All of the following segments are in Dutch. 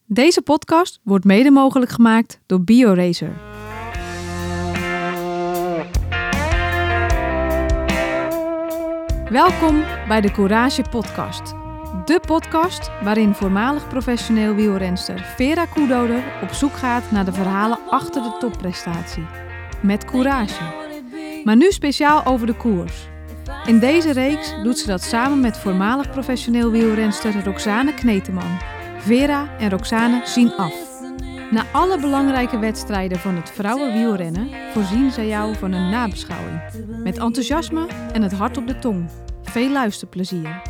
Deze podcast wordt mede mogelijk gemaakt door BioRacer. Welkom bij de Courage Podcast. De podcast waarin voormalig professioneel wielrenster Vera Koedoder op zoek gaat naar de verhalen achter de topprestatie. Met courage. Maar nu speciaal over de koers. In deze reeks doet ze dat samen met voormalig professioneel wielrenster Roxane Kneteman. Vera en Roxane zien af. Na alle belangrijke wedstrijden van het vrouwenwielrennen voorzien zij jou van een nabeschouwing. Met enthousiasme en het hart op de tong. Veel luisterplezier.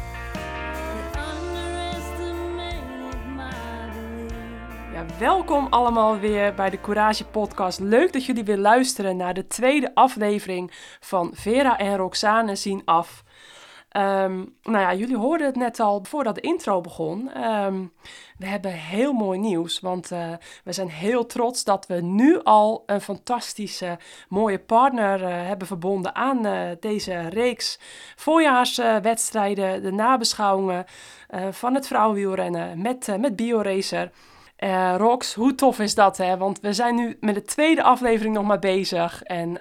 Ja, welkom allemaal weer bij de Courage Podcast. Leuk dat jullie weer luisteren naar de tweede aflevering van Vera en Roxane zien af. Jullie hoorden het net al voordat de intro begon. We hebben heel mooi nieuws, want we zijn heel trots dat we nu al een fantastische, mooie partner hebben verbonden aan deze reeks voorjaarswedstrijden, de nabeschouwingen van het vrouwenwielrennen met BioRacer. Rox, hoe tof is dat, hè? Want we zijn nu met de tweede aflevering nog maar bezig en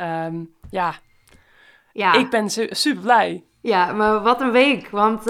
ik ben super blij. Ja, maar wat een week. Want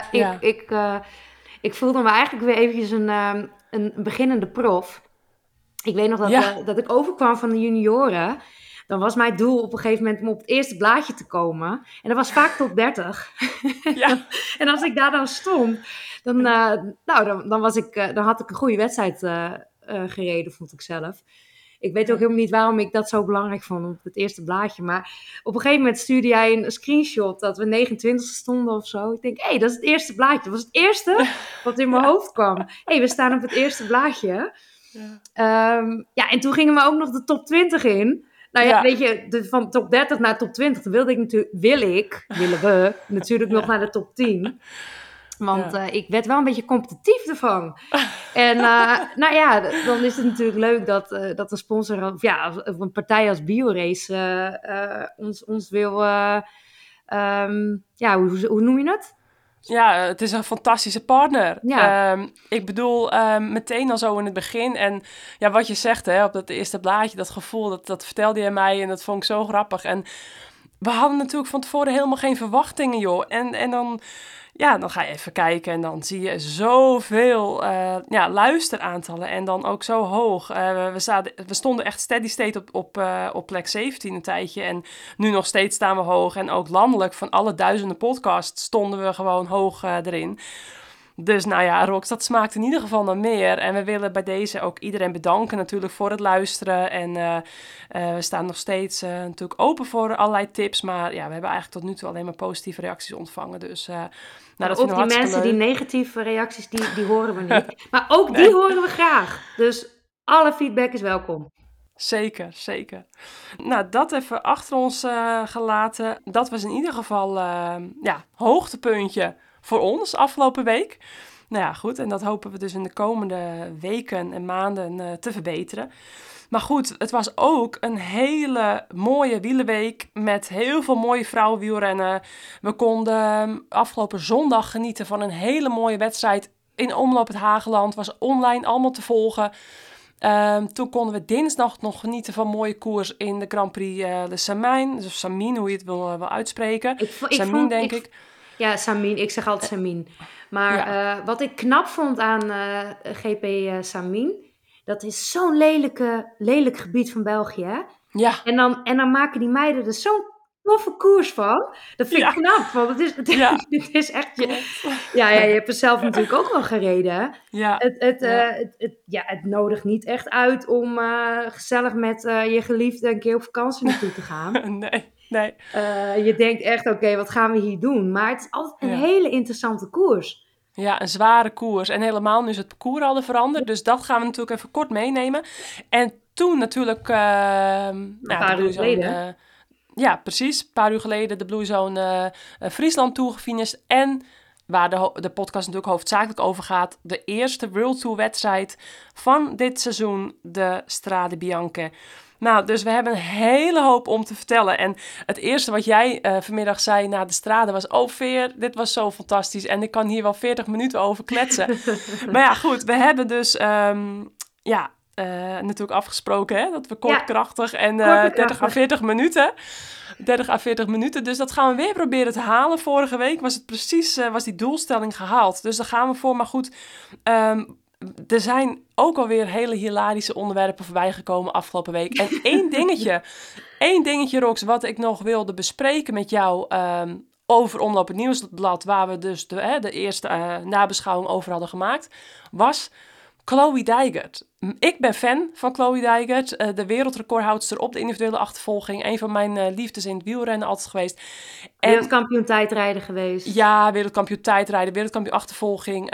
ik voelde me eigenlijk weer eventjes een beginnende prof. Ik weet nog dat ik overkwam van de junioren. Dan was mijn doel op een gegeven moment om op het eerste blaadje te komen. En dat was vaak top 30. Ja. En als ik daar dan stond, dan had ik een goede wedstrijd gereden, vond ik zelf. Ik weet ook helemaal niet waarom ik dat zo belangrijk vond op het eerste blaadje. Maar op een gegeven moment stuurde jij een screenshot dat we 29 stonden of zo. Ik denk, hé, dat is het eerste blaadje. Dat was het eerste wat in mijn hoofd kwam. Hé, we staan op het eerste blaadje. Ja. En toen gingen we ook nog de top 20 in. Nou ja, weet je, van top 30 naar top 20 willen we natuurlijk nog naar de top 10. Want ik werd wel een beetje competitief ervan. En dan is het natuurlijk leuk dat een sponsor, of een partij als BioRace ons wil, hoe noem je het? Ja, het is een fantastische partner. Ja. Ik bedoel, meteen al zo in het begin. En ja, wat je zegt, hè, op dat eerste blaadje, dat gevoel, dat vertelde je mij en dat vond ik zo grappig. En we hadden natuurlijk van tevoren helemaal geen verwachtingen, joh. En dan ga je even kijken en dan zie je zoveel luisteraantallen en dan ook zo hoog. We stonden echt steady state op plek 17 een tijdje en nu nog steeds staan we hoog. En ook landelijk van alle duizenden podcasts stonden we gewoon hoog erin. Dus Rox, dat smaakt in ieder geval naar meer. En we willen bij deze ook iedereen bedanken natuurlijk voor het luisteren. En we staan nog steeds natuurlijk open voor allerlei tips. Maar ja, we hebben eigenlijk tot nu toe alleen maar positieve reacties ontvangen. Dus dat ook die mensen leuk. Die negatieve reacties, die horen we niet. Maar ook die horen we graag. Dus alle feedback is welkom. Zeker, zeker. Nou, dat even achter ons gelaten. Dat was in ieder geval hoogtepuntje voor ons afgelopen week. Nou ja, goed. En dat hopen we dus in de komende weken en maanden te verbeteren. Maar goed, het was ook een hele mooie wielerweek met heel veel mooie vrouwenwielrennen. We konden afgelopen zondag genieten van een hele mooie wedstrijd in Omloop het Hageland. Was online allemaal te volgen. Toen konden we dinsdag nog genieten van mooie koers in de Grand Prix de Samijn. Dus Samien, hoe je het wil uitspreken. Samien, denk ik. Ja, Samien. Ik zeg altijd Samien. Maar wat ik knap vond aan GP Samien, dat is zo'n lelijk gebied van België, hè? Ja. En dan maken die meiden er zo'n toffe koers van. Dat vind ik knap, want het is echt... je hebt er zelf natuurlijk ook wel gereden. Ja. Het nodigt niet echt uit om gezellig met je geliefde een keer op vakantie naartoe te gaan. Nee. Je denkt echt, oké, wat gaan we hier doen? Maar het is altijd een hele interessante koers. Ja, een zware koers. En helemaal nu is het parcours al veranderd. Dus dat gaan we natuurlijk even kort meenemen. En toen natuurlijk... een paar uur geleden. Ja, precies. Een paar uur geleden de Blue Zone Friesland Tour gefinished. En waar de podcast natuurlijk hoofdzakelijk over gaat. De eerste World Tour wedstrijd van dit seizoen, de Strade Bianche. Nou, dus we hebben een hele hoop om te vertellen. En het eerste wat jij vanmiddag zei na de Strade was... Oh, Veer, dit was zo fantastisch. En ik kan hier wel 40 minuten over kletsen. Maar ja, goed, we hebben dus... natuurlijk afgesproken, hè, dat we kortkrachtig en 30 à 40 minuten. 30 à 40 minuten, dus dat gaan we weer proberen te halen. Vorige week was het precies, was die doelstelling gehaald. Dus daar gaan we voor. Maar goed, er zijn ook alweer hele hilarische onderwerpen voorbij gekomen afgelopen week. En één dingetje, Rox, wat ik nog wilde bespreken met jou over Omloop het Nieuwsblad, waar we dus de eerste nabeschouwing over hadden gemaakt, was Chloe Dijkert. Ik ben fan van Chloe Dijkert, de wereldrecordhoudster op de individuele achtervolging. Een van mijn liefdes in het wielrennen altijd geweest. En, wereldkampioen tijdrijden geweest. Ja, wereldkampioen tijdrijden, wereldkampioen achtervolging.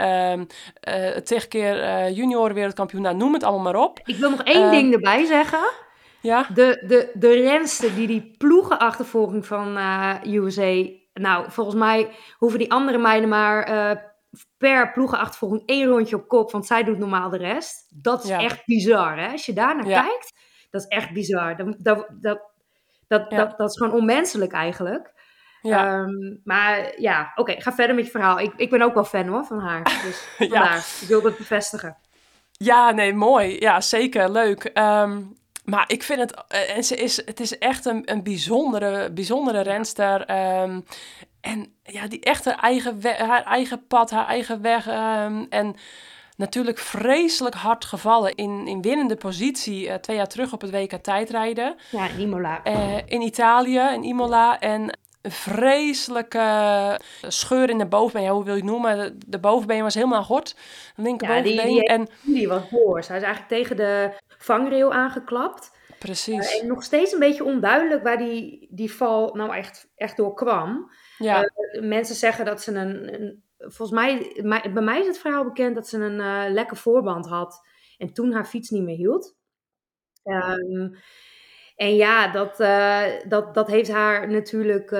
10 keer junioren wereldkampioen, nou, noem het allemaal maar op. Ik wil nog één ding erbij zeggen. Ja? De renster die ploegenachtervolging van USA... Nou, volgens mij hoeven die andere meiden maar... per ploegenachtervolging 1 rondje op kop, want zij doet normaal de rest. Dat is echt bizar, hè? Als je daar naar kijkt, dat is echt bizar. Dat is gewoon onmenselijk eigenlijk. Ja. Maar ja, oké, ga verder met je verhaal. Ik ben ook wel fan, hoor, van haar. Dus vandaar, ik wil dat bevestigen. Ja, nee, mooi. Ja, zeker, leuk. Maar ik vind het... het is echt een bijzondere renster. En ja, die echt haar eigen pad, haar eigen weg. En natuurlijk vreselijk hard gevallen in winnende positie 2 jaar terug op het WK tijdrijden. Ja, in Imola. In Italië, in Imola. En een vreselijke scheur in de bovenbeen. Ja, hoe wil je het noemen? De bovenbeen was helemaal gort. De linkerbovenbeen. Die was boors. Hij is eigenlijk tegen de vangrail aangeklapt. Precies. En nog steeds een beetje onduidelijk waar die val nou echt door kwam. Ja. Mensen zeggen dat ze volgens mij, bij mij is het verhaal bekend dat ze een lekke voorband had. En toen haar fiets niet meer hield. En ja, dat heeft haar natuurlijk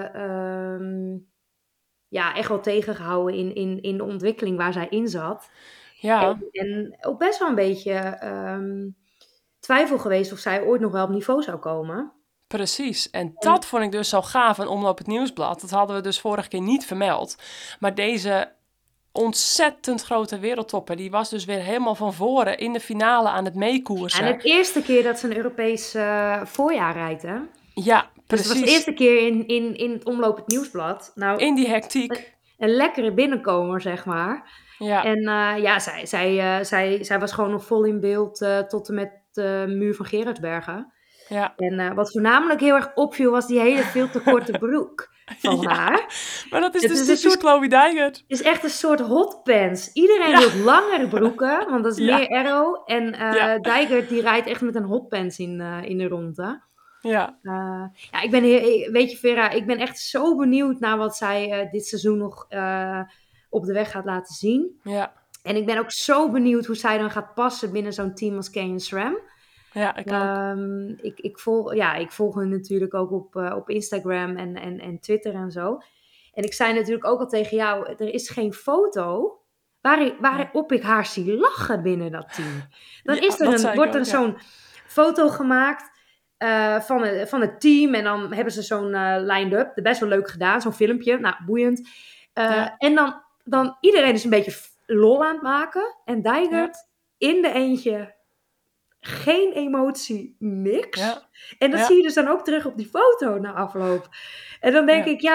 echt wel tegengehouden in de ontwikkeling waar zij in zat. Ja. En ook best wel een beetje twijfel geweest of zij ooit nog wel op niveau zou komen. Precies, en dat vond ik dus zo gaaf aan Omloop het Nieuwsblad. Dat hadden we dus vorige keer niet vermeld. Maar deze ontzettend grote wereldtopper, die was dus weer helemaal van voren in de finale aan het meekoersen. En de eerste keer dat ze een Europees voorjaar rijdt, hè? Ja, precies. Dus het was de eerste keer in het Omloop het Nieuwsblad. Nou, in die hectiek. Een lekkere binnenkomer, zeg maar. Ja. En zij was gewoon nog vol in beeld tot en met de muur van Gerardsbergen. Ja. En wat voornamelijk heel erg opviel was die hele veel te korte broek van haar. Maar dat is dus typisch Chloe Dijkert. Het is echt een soort hotpants. Iedereen wil langere broeken, want dat is meer aero. En Dijkert die rijdt echt met een hotpants in de ronde. Ja. Weet je Vera, ik ben echt zo benieuwd naar wat zij dit seizoen nog op de weg gaat laten zien. Ja. En ik ben ook zo benieuwd hoe zij dan gaat passen binnen zo'n team als Kane SRAM. Ja, ik ook. Ik volg hun natuurlijk ook op Instagram en Twitter en zo. En ik zei natuurlijk ook al tegen jou, er is geen foto waarop ik haar zie lachen binnen dat team. Dan wordt er zo'n foto gemaakt van het team en dan hebben ze zo'n line-up. Best wel leuk gedaan, zo'n filmpje. Nou, boeiend. En dan iedereen is een beetje lol aan het maken. En Dijkert in de eentje... Geen emotie, niks. Ja. En dat zie je dus dan ook terug op die foto na afloop. En dan denk ik,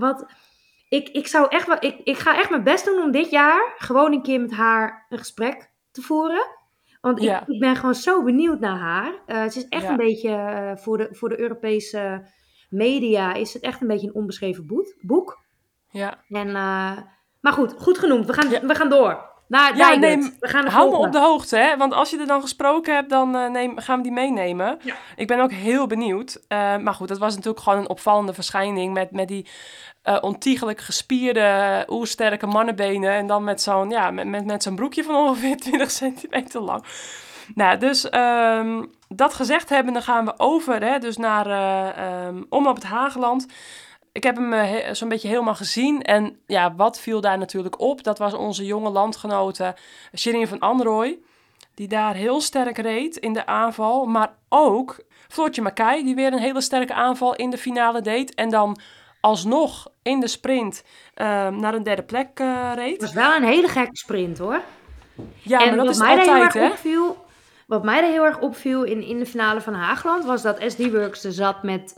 ik ga echt mijn best doen om dit jaar gewoon een keer met haar een gesprek te voeren. Want ik ben gewoon zo benieuwd naar haar. Ze is echt een beetje, voor de Europese media, is het echt een beetje een onbeschreven boek. Ja. En, maar goed genoemd. We gaan door. We gaan hou me op de hoogte, hè? Want als je er dan gesproken hebt, dan gaan we die meenemen. Ja. Ik ben ook heel benieuwd. Maar goed, dat was natuurlijk gewoon een opvallende verschijning met die ontiegelijk gespierde, oersterke mannenbenen. En dan met zo'n broekje van ongeveer 20 centimeter lang. Nou, dus dat gezegd hebben, dan gaan we over dus naar Omloop het Hageland. ik heb hem zo'n beetje helemaal gezien. En ja, wat viel daar natuurlijk op? Dat was onze jonge landgenote Shirin van Anrooy. Die daar heel sterk reed in de aanval. Maar ook Floortje Mackaij, die weer een hele sterke aanval in de finale deed. En dan alsnog in de sprint naar een derde plek reed. Het was wel een hele gekke sprint, hoor. Ja, en maar dat wat is mij altijd, er heel erg hè? opviel, wat mij er heel erg opviel in de finale van Haagland, was dat SD Works er zat met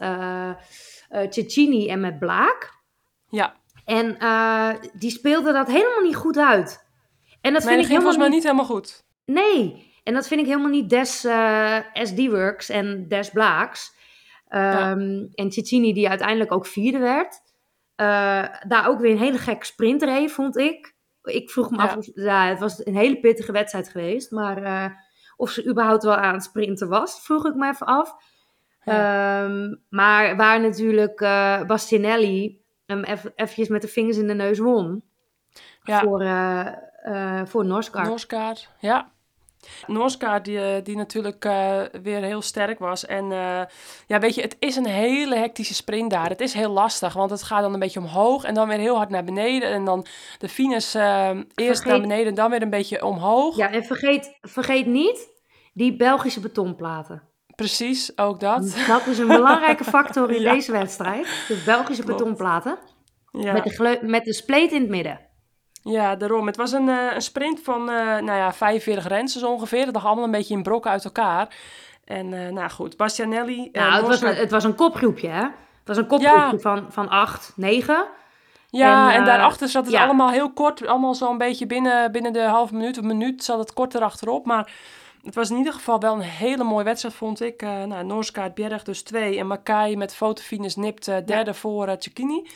Cecchini en met Blaak. Ja. En die speelden dat helemaal niet goed uit. En dat Nee, vind dat ik ging volgens mij niet... niet helemaal goed. Nee, en dat vind ik helemaal niet des SD Works en des Blaaks. En Cecchini, die uiteindelijk ook vierde werd. Daar ook weer een hele gekke sprint reed, vond ik. Ik vroeg me af, het was een hele pittige wedstrijd geweest. Maar of ze überhaupt wel aan het sprinten was, vroeg ik me even af. Ja. Maar waar natuurlijk Bastianelli hem eventjes met de vingers in de neus won. Ja. Voor Norsgaard. Norsgaard, ja. Norsgaard die natuurlijk weer heel sterk was. En ja, weet je, het is een hele hectische sprint daar. Het is heel lastig, want het gaat dan een beetje omhoog en dan weer heel hard naar beneden. En dan de fines eerst naar beneden en dan weer een beetje omhoog. Ja, en vergeet niet die Belgische betonplaten. Precies, ook dat. Dat is een belangrijke factor in deze wedstrijd. De Belgische betonplaten. Ja. Met de spleet in het midden. Ja, daarom. Het was een sprint van 45 rensters ongeveer. Dat lag allemaal een beetje in brokken uit elkaar. En nou goed, Bastianelli... het was een kopgroepje, hè? Het was een kopgroepje van 8, 9. Ja, en daarachter zat het allemaal heel kort. Allemaal zo'n beetje binnen de halve minuut of minuut zat het kort erachterop. Maar het was in ieder geval wel een hele mooie wedstrijd, vond ik. Norsgaard, Bjerg dus 2. En Mackaij met fotofines nipt derde voor Cecchini.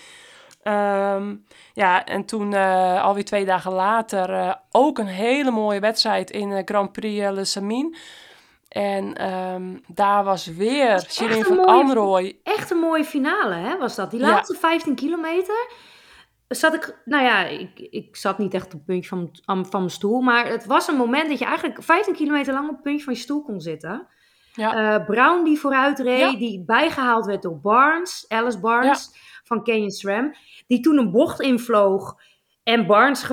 En toen alweer 2 dagen later ook een hele mooie wedstrijd in Grand Prix Le Samyn. En daar was weer Shirin van Anrooy. Echt een mooie finale, hè, was dat. Die laatste 15 kilometer zat ik zat niet echt op het puntje van mijn stoel. Maar het was een moment dat je eigenlijk 15 kilometer lang op het puntje van je stoel kon zitten. Ja. Brown die vooruit reed, die bijgehaald werd door Alice Barnes van Canyon SRAM. Die toen een bocht invloog en Barnes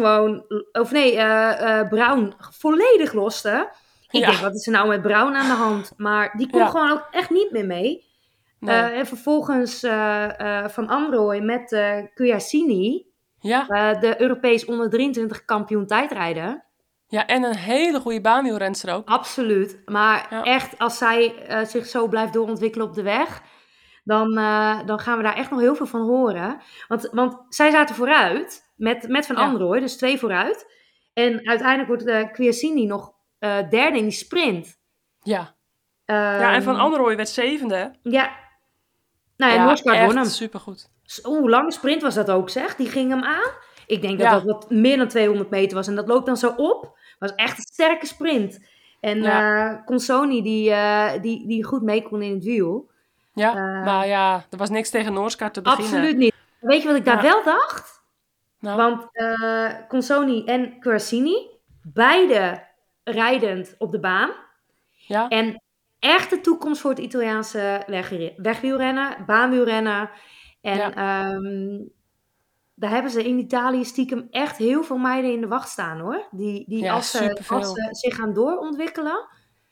Brown volledig loste. Ik denk, wat is er nou met Brown aan de hand? Maar die kon gewoon ook echt niet meer mee. Nee. En vervolgens Van Anrooy met Kwiatkini, de Europees onder 23 kampioen tijdrijden. Ja, en een hele goede baanwielrenster ook. Absoluut. Maar echt, als zij zich zo blijft doorontwikkelen op de weg, dan gaan we daar echt nog heel veel van horen. Want zij zaten vooruit met Van Anrooy, dus 2 vooruit. En uiteindelijk wordt Kwiatkini nog derde in die sprint. Ja. En Van Anrooy werd 7e. Ja. Nou ja, Norsgaard won hem. Supergoed. Hoe lange sprint was dat ook, zeg? Die ging hem aan. Ik denk dat dat wat meer dan 200 meter was. En dat loopt dan zo op. Was echt een sterke sprint. En Consoni die goed mee kon in het wiel. Ja, maar er was niks tegen Norsgaard te beginnen. Absoluut niet. Weet je wat ik daar wel dacht? Nou. Want Consoni en Kwiatkini, beide rijdend op de baan. Ja. En echt de toekomst voor het Italiaanse wegwielrennen, baanwielrennen. En daar hebben ze in Italië stiekem echt heel veel meiden in de wacht staan, hoor. Die als ze zich gaan doorontwikkelen,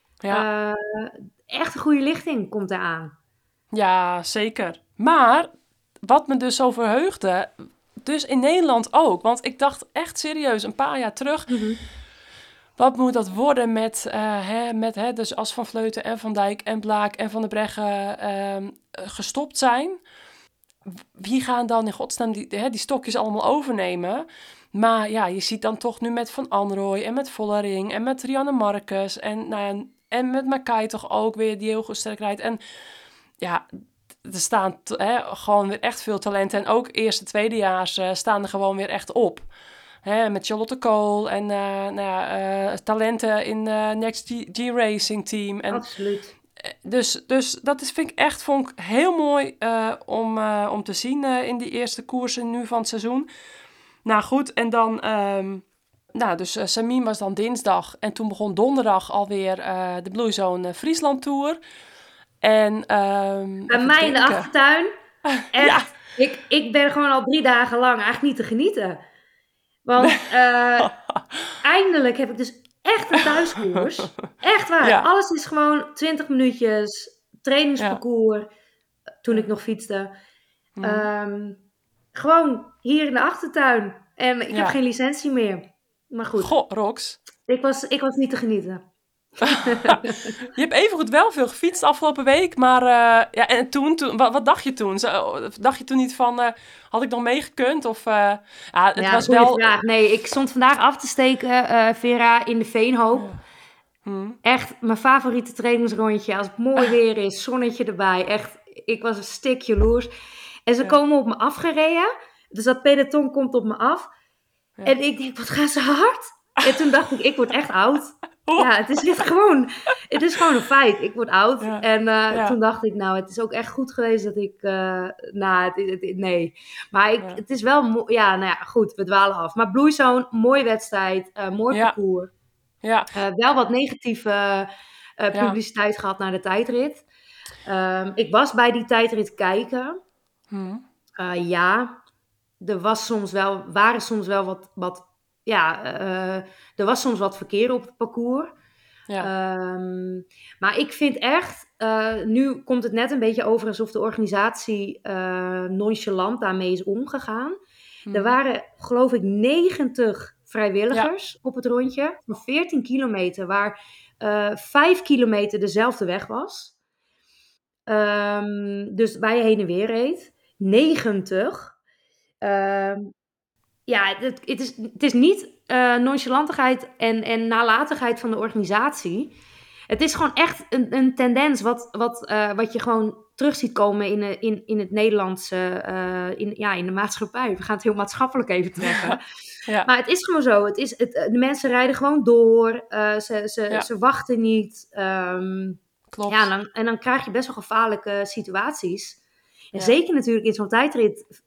echt een goede lichting komt eraan. Ja, zeker. Maar wat me dus zo verheugde, dus in Nederland ook. Want ik dacht echt serieus een paar jaar terug, wat moet dat worden met dus als Van Vleuten en Van Dijk en Blaak en Van der Breggen gestopt zijn? Wie gaan dan in godsnaam die stokjes allemaal overnemen? Maar ja, je ziet dan toch nu met Van Anrooy en met Vollering en met Rianne Marcus en met Mackaij toch ook weer die heel goed sterk rijdt. En ja, er staan gewoon weer echt veel talenten. En ook eerste, tweedejaars staan er gewoon weer echt op. Met Charlotte Kool en talenten in Next G-Racing Team. En, absoluut. Dus dat vond ik heel mooi om te zien in die eerste koersen nu van het seizoen. Nou goed, en dan... dus Samyn was dan dinsdag. En toen begon donderdag alweer de Blue Zone Friesland Tour. En bij mij in de achtertuin. Echt Ik ben gewoon al 3 dagen lang eigenlijk niet te genieten. Want eindelijk heb ik dus echt een thuiskoers. Echt waar. Ja. Alles is gewoon 20 minuutjes. Trainingsparcours. Toen ik nog fietste. Gewoon hier in de achtertuin. En ik heb geen licentie meer. Maar goed. Goh, Rox. Ik was niet te genieten. Je hebt evengoed wel veel gefietst afgelopen week, maar en toen wat dacht je toen? Dacht je toen niet van, had ik nog meegekund? Of, het was goede wel... vraag. Nee, ik stond vandaag af te steken, Vera, in de Veenhoop. Echt mijn favoriete trainingsrondje. Als het mooi weer is, zonnetje erbij. Echt, ik was een stik jaloers. En ze komen op me afgereden. Dus dat peloton komt op me af. Ja. En ik denk, wat gaan ze hard? En toen dacht ik word echt oud. Ja, het is gewoon een feit. Ik word oud. Ja. En toen dacht ik, nou, het is ook echt goed geweest dat ik... nee. Maar het is wel... goed, we dwalen af. Maar Blue Zone, mooie wedstrijd. Mooi parcours. Ja. Wel wat negatieve publiciteit gehad naar de tijdrit. Ik was bij die tijdrit kijken. Er was soms wel, er was soms wat verkeer op het parcours. Ja. Maar ik vind echt, nu komt het net een beetje over alsof de organisatie nonchalant daarmee is omgegaan. Er waren, geloof ik, 90 vrijwilligers op het rondje van 14 kilometer, waar 5 kilometer dezelfde weg was. Dus waar je heen en weer reed. 90. Het is niet nonchalantigheid en nalatigheid van de organisatie. Het is gewoon echt een tendens wat je gewoon terug ziet komen in het Nederlandse, in de maatschappij. We gaan het heel maatschappelijk even trekken. Ja. Maar het is gewoon zo. De mensen rijden gewoon door. Ze wachten niet. Klopt. Ja, en dan krijg je best wel gevaarlijke situaties. En zeker natuurlijk in zo'n tijdrit...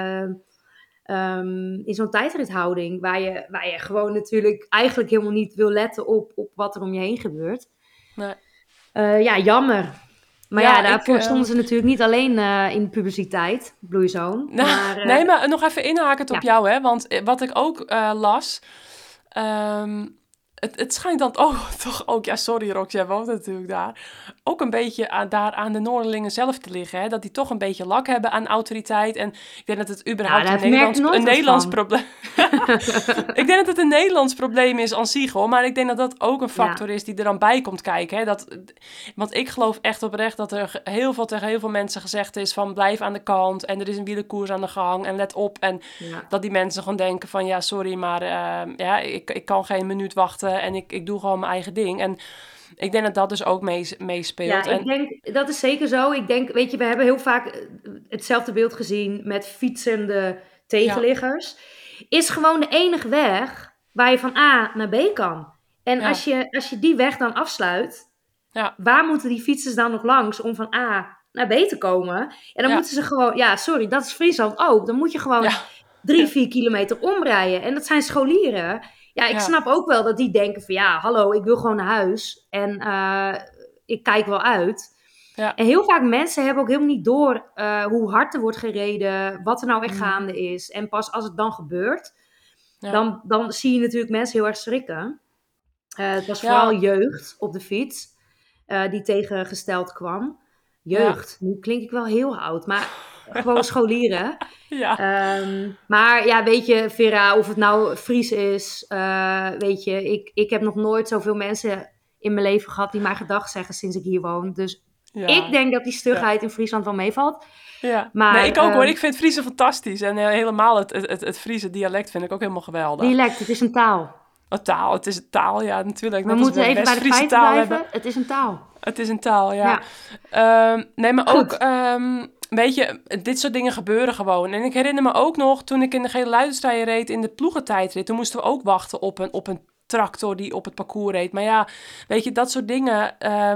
in zo'n tijdrithouding waar je gewoon natuurlijk eigenlijk helemaal niet wil letten op wat er om je heen gebeurt. Nee. Jammer. Maar daarvoor stonden ze natuurlijk niet alleen in de publiciteit, Blue Zone. Nee, maar nog even inhakend op jou, hè. Want wat ik ook las... Het schijnt dan toch ook... Ja, sorry Rox, jij woont natuurlijk daar. Ook een beetje aan de Noorderlingen zelf te liggen. Hè? Dat die toch een beetje lak hebben aan autoriteit. En ik denk dat het überhaupt een Nederlands probleem... Ik denk dat het een Nederlands probleem is aan zich, hoor. Maar ik denk dat dat ook een factor is die er dan bij komt kijken. Hè? Want ik geloof echt oprecht dat er tegen heel veel mensen gezegd is van blijf aan de kant. En er is een wielerkoers aan de gang. En let op. En dat die mensen gewoon denken van ja, sorry, maar ik kan geen minuut wachten. En ik doe gewoon mijn eigen ding. En ik denk dat dat dus ook meespeelt. Ja, ik denk, dat is zeker zo. Ik denk, weet je, we hebben heel vaak hetzelfde beeld gezien met fietsende tegenliggers. Ja. Is gewoon de enige weg waar je van A naar B kan. En als je die weg dan afsluit, waar moeten die fietsers dan nog langs om van A naar B te komen? En dan moeten ze gewoon, sorry, dat is Friesland ook. Dan moet je gewoon 3-4 kilometer omrijden. En dat zijn scholieren. Ja, ik snap ook wel dat die denken van hallo, ik wil gewoon naar huis. En ik kijk wel uit. Ja. En heel vaak mensen hebben ook helemaal niet door hoe hard er wordt gereden. Wat er nou echt gaande is. En pas als het dan gebeurt, dan zie je natuurlijk mensen heel erg schrikken. Het was vooral jeugd op de fiets die tegengesteld kwam. Jeugd, nu klink ik wel heel oud, maar gewoon scholieren. Ja. Maar weet je, Vera, of het nou Fries is, weet je, ik heb nog nooit zoveel mensen in mijn leven gehad die mij gedag zeggen sinds ik hier woon. Dus ik denk dat die stugheid in Friesland wel meevalt. Ja. Maar, nee, ik ook hoor. Ik vind Friese fantastisch. En helemaal het Friese dialect vind ik ook helemaal geweldig. Dialect, het is een taal. Een taal, het is een taal, ja, natuurlijk. We moeten even bij de feiten blijven. Hebben. Het is een taal. Het is een taal, ja. Nee, maar goed. Ook... weet je, dit soort dingen gebeuren gewoon. En ik herinner me ook nog, toen ik in de Gele Luidenstrijd reed in de ploegentijdrit, toen moesten we ook wachten op een tractor die op het parcours reed. Maar ja, weet je, dat soort dingen...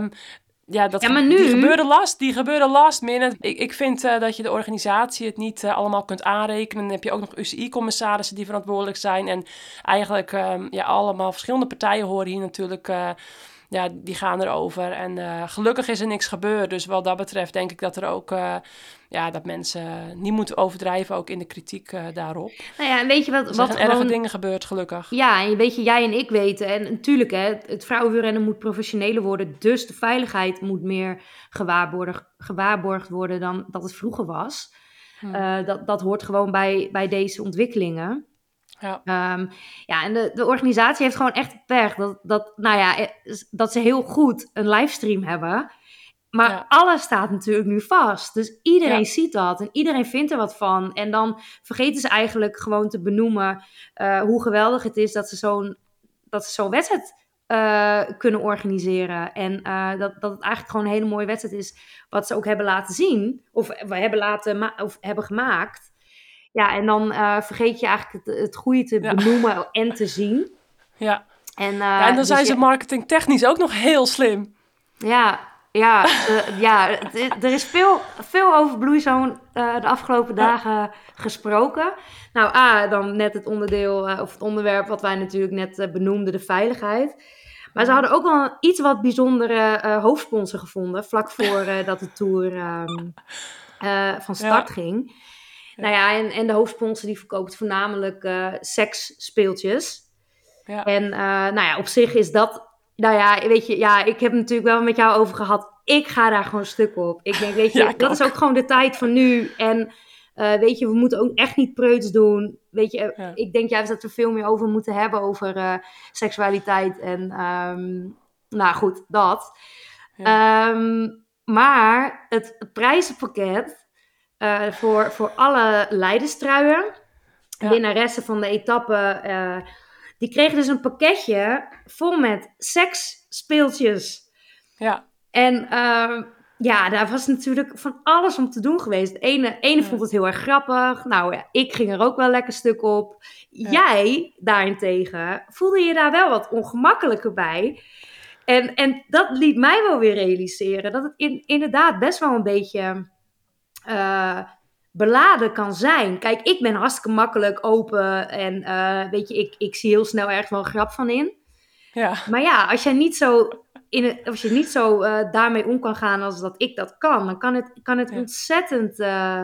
Die gebeuren last minute. Ik vind dat je de organisatie het niet allemaal kunt aanrekenen. Dan heb je ook nog UCI-commissarissen die verantwoordelijk zijn. En eigenlijk allemaal verschillende partijen horen hier natuurlijk die gaan erover. En gelukkig is er niks gebeurd. Dus wat dat betreft denk ik dat er ook... dat mensen niet moeten overdrijven, ook in de kritiek daarop. Nou ja, en weet je wat Er zijn gewoon... erge dingen gebeurd, gelukkig. Ja, en weet je, jij en ik weten, en natuurlijk, hè, het vrouwenwielrennen moet professioneler worden, dus de veiligheid moet meer gewaarborgd worden dan dat het vroeger was. Dat hoort gewoon bij deze ontwikkelingen. Ja. En de organisatie heeft gewoon echt pech dat ze heel goed een livestream hebben. Maar alles staat natuurlijk nu vast. Dus iedereen ziet dat en iedereen vindt er wat van. En dan vergeten ze eigenlijk gewoon te benoemen hoe geweldig het is dat ze zo'n wedstrijd kunnen organiseren. En dat het eigenlijk gewoon een hele mooie wedstrijd is wat ze ook hebben laten zien. Of hebben gemaakt. Ja, en dan vergeet je eigenlijk het goede te benoemen en te zien. Ja, en dan dus zijn ze marketingtechnisch ook nog heel slim. Er is veel over Blue Zone de afgelopen dagen gesproken. Nou, dan net het onderdeel of het onderwerp wat wij natuurlijk net benoemden, de veiligheid. Maar ze hadden ook wel een iets wat bijzondere hoofdsponsor gevonden, vlak voor dat de Tour van start ging. Ja. Nou ja, en de hoofdsponsor die verkoopt voornamelijk seksspeeltjes. Ja. En op zich is dat... Nou ja, weet je, ik heb het natuurlijk wel met jou over gehad. Ik ga daar gewoon stuk op. Ik denk, weet je, dat is ook gewoon de tijd van nu. En weet je, we moeten ook echt niet preuts doen. Weet je, ik denk juist dat we veel meer over moeten hebben over seksualiteit. En goed, dat. Ja. Maar het prijzenpakket voor alle leiderstruien, winnaressen van de etappe... die kregen dus een pakketje vol met seksspeeltjes. Ja. En daar was natuurlijk van alles om te doen geweest. De ene vond het heel erg grappig. Nou ja, ik ging er ook wel lekker stuk op. Ja. Jij daarentegen voelde je daar wel wat ongemakkelijker bij. En dat liet mij wel weer realiseren dat het inderdaad best wel een beetje... beladen kan zijn. Kijk, ik ben hartstikke makkelijk open en weet je, ik zie heel snel ergens wel een grap van in. Ja. Maar ja, als je niet zo daarmee om kan gaan als dat ik dat kan, dan kan het ontzettend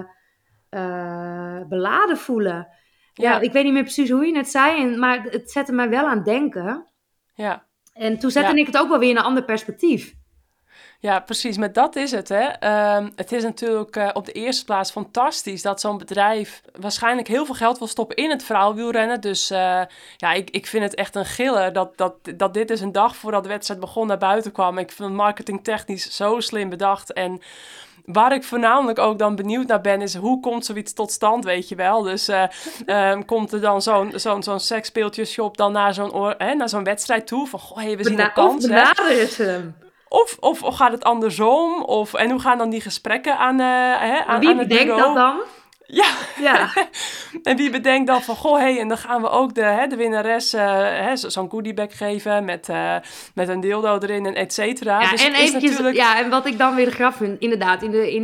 beladen voelen. Ja, ik weet niet meer precies hoe je het zei, maar het zette mij wel aan het denken. Ja. En toen zette ik het ook wel weer in een ander perspectief. Ja, precies. Met dat is het, hè. Het is natuurlijk op de eerste plaats fantastisch dat zo'n bedrijf waarschijnlijk heel veel geld wil stoppen in het vrouwenwielrennen. Dus ik vind het echt een giller dat dit dus een dag voordat de wedstrijd begon naar buiten kwam. Ik vind het marketingtechnisch zo slim bedacht. En waar ik voornamelijk ook dan benieuwd naar ben, is hoe komt zoiets tot stand, weet je wel. Dus komt er dan zo'n seksspeeltjesshop dan naar zo'n wedstrijd toe? Van, goh, we zien een kans. Of benaderen ze hem. Of gaat het andersom? En hoe gaan dan die gesprekken aan wie bedenkt dat dan? Ja. En wie bedenkt dan van, en dan gaan we ook de winnares zo'n goodiebag geven met een dildo erin en et cetera. Ja, dus en eventjes, natuurlijk... en wat ik dan weer de grap vind, inderdaad,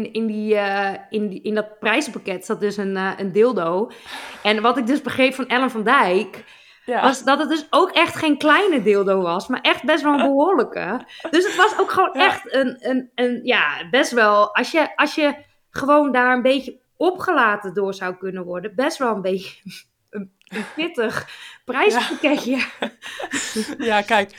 in dat prijzenpakket zat dus een dildo. En wat ik dus begreep van Ellen van Dijk... was dat het dus ook echt geen kleine dildo was, maar echt best wel een behoorlijke. Dus het was ook gewoon echt een best wel, als je gewoon daar een beetje opgelaten door zou kunnen worden, best wel een beetje een pittig prijspakketje. Ja, kijk,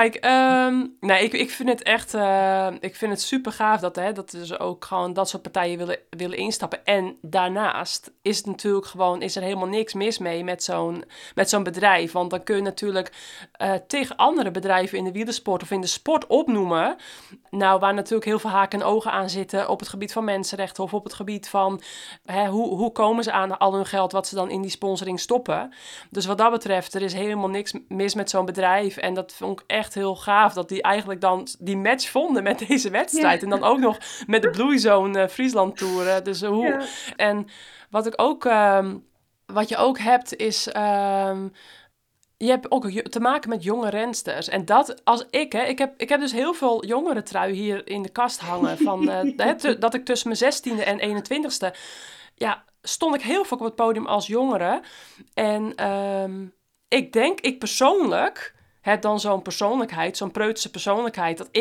ik vind het echt, ik vind het super gaaf dat dus ook gewoon dat soort partijen willen instappen. En daarnaast is het natuurlijk gewoon, is er helemaal niks mis mee met zo'n bedrijf. Want dan kun je natuurlijk tegen andere bedrijven in de wielersport of in de sport opnoemen. Nou, waar natuurlijk heel veel haken en ogen aan zitten op het gebied van mensenrechten of op het gebied van hoe komen ze aan al hun geld wat ze dan in die sponsoring stoppen. Dus wat dat betreft, er is helemaal niks mis met zo'n bedrijf. En dat vond ik echt heel gaaf dat die eigenlijk dan die match vonden met deze wedstrijd. Ja. En dan ook nog met de Blue Zone Friesland Tour. Dus En wat ik ook, wat je ook hebt is... je hebt ook te maken met jonge rensters. En dat, ik heb dus heel veel jongere trui hier in de kast hangen. Van, dat ik tussen mijn 16e en 21ste... stond ik heel vaak op het podium als jongere. En ik persoonlijk hebt dan zo'n persoonlijkheid, zo'n preutse persoonlijkheid, dat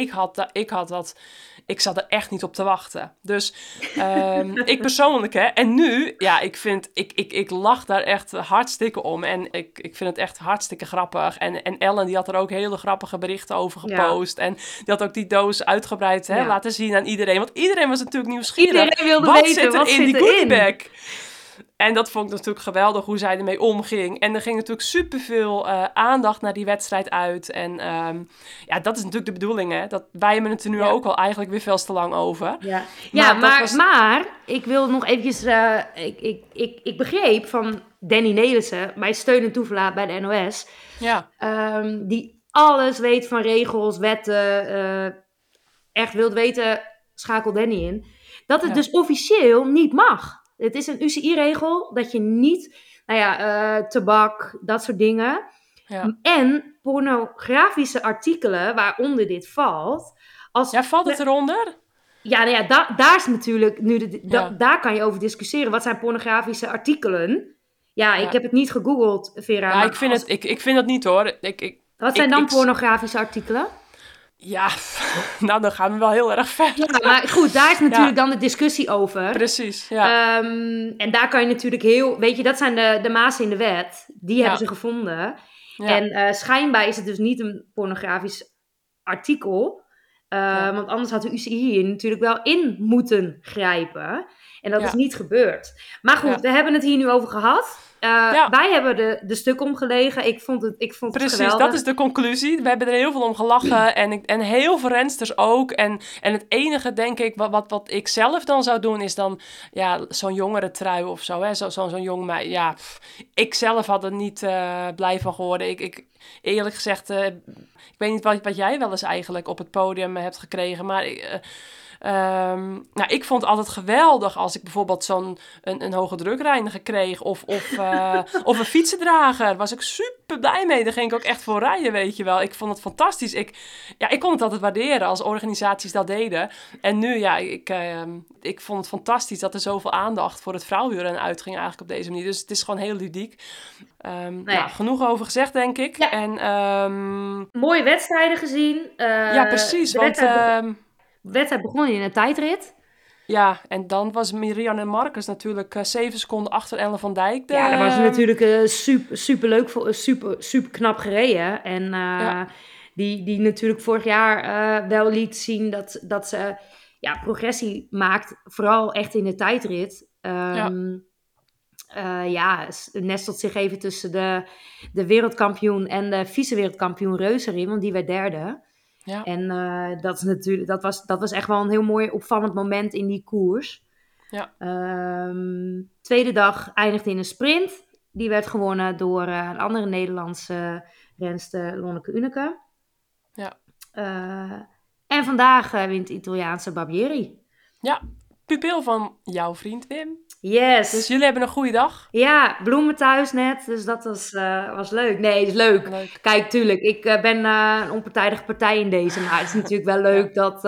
ik zat er echt niet op te wachten. Dus ik persoonlijk, hè, en nu, ja, ik lach daar echt hartstikke om en ik vind het echt hartstikke grappig. En Ellen, die had er ook hele grappige berichten over gepost en die had ook die doos uitgebreid laten zien aan iedereen, want iedereen was natuurlijk nieuwsgierig. Iedereen wilde wat weten, zit er wat in zit die erin? goodiebag? En dat vond ik natuurlijk geweldig hoe zij ermee omging. En er ging natuurlijk superveel aandacht naar die wedstrijd uit. En dat is natuurlijk de bedoeling, hè. Wij hebben het er nu ook al eigenlijk weer veel te lang over. Maar ik wil nog eventjes... Ik begreep van Danny Nelissen, mijn steun en toeverlaat bij de NOS... Ja. Die alles weet van regels, wetten... echt wilt weten, schakel Danny in. Dat het dus officieel niet mag. Het is een UCI-regel dat je niet, tabak, dat soort dingen. Ja. En pornografische artikelen, waaronder dit valt. Valt het eronder? Daar is natuurlijk, daar kan je over discussiëren. Wat zijn pornografische artikelen? Ik heb het niet gegoogeld, Vera. Ja, ik vind dat niet, hoor. Wat zijn dan pornografische artikelen? Ja, nou, dan gaan we wel heel erg ver. Ja, maar goed, daar is natuurlijk dan de discussie over. Precies, ja. En daar kan je natuurlijk weet je, dat zijn de mazen in de wet. Die hebben ze gevonden. Ja. En schijnbaar is het dus niet een pornografisch artikel. Want anders had de UCI hier natuurlijk wel in moeten grijpen. En dat is niet gebeurd. Maar goed, we hebben het hier nu over gehad. Wij hebben de stuk omgelegen. Ik vond het Precies, geweldig. dat is de conclusie. We hebben er heel veel om gelachen. En heel veel rensters ook. En het enige, denk ik, wat ik zelf dan zou doen... is dan zo'n jongere trui of zo. Hè? Zo'n jong meisje. Ja, ik zelf had er niet blij van geworden. Ik eerlijk gezegd... ik weet niet wat jij wel eens eigenlijk op het podium hebt gekregen. Maar... ik vond het altijd geweldig als ik bijvoorbeeld een hoge drukreiniger kreeg of een fietsendrager. Was ik super blij mee. Daar ging ik ook echt voor rijden, weet je wel. Ik vond het fantastisch. Ik kon het altijd waarderen als organisaties dat deden. En nu, ik vond het fantastisch dat er zoveel aandacht voor het vrouwenwielrennen uitging eigenlijk op deze manier. Dus het is gewoon heel ludiek. Genoeg over gezegd, denk ik. Ja. En, mooie wedstrijden gezien. Precies. De wedstrijd begon in een tijdrit. Ja, en dan was Marianne Marcus natuurlijk 7 seconden achter Ellen van Dijk. Ja, dat was natuurlijk super leuk, super knap gereden. En die natuurlijk vorig jaar wel liet zien dat ze progressie maakt. Vooral echt in de tijdrit. Nestelt zich even tussen de wereldkampioen en de vice-wereldkampioen Reuserin, want die werd derde. Ja. En dat was echt wel een heel mooi opvallend moment in die koers. Ja. Tweede dag eindigde in een sprint. Die werd gewonnen door een andere Nederlandse renster, Lonneke Uneke. Ja. En vandaag wint de Italiaanse Barbieri. Ja, pupil van jouw vriend Wim. Yes. Dus jullie hebben een goede dag. Ja, bloemen thuis net, dus dat was leuk. Nee, het is leuk. Kijk, tuurlijk, ik ben een onpartijdige partij in deze, maar het is natuurlijk wel leuk dat...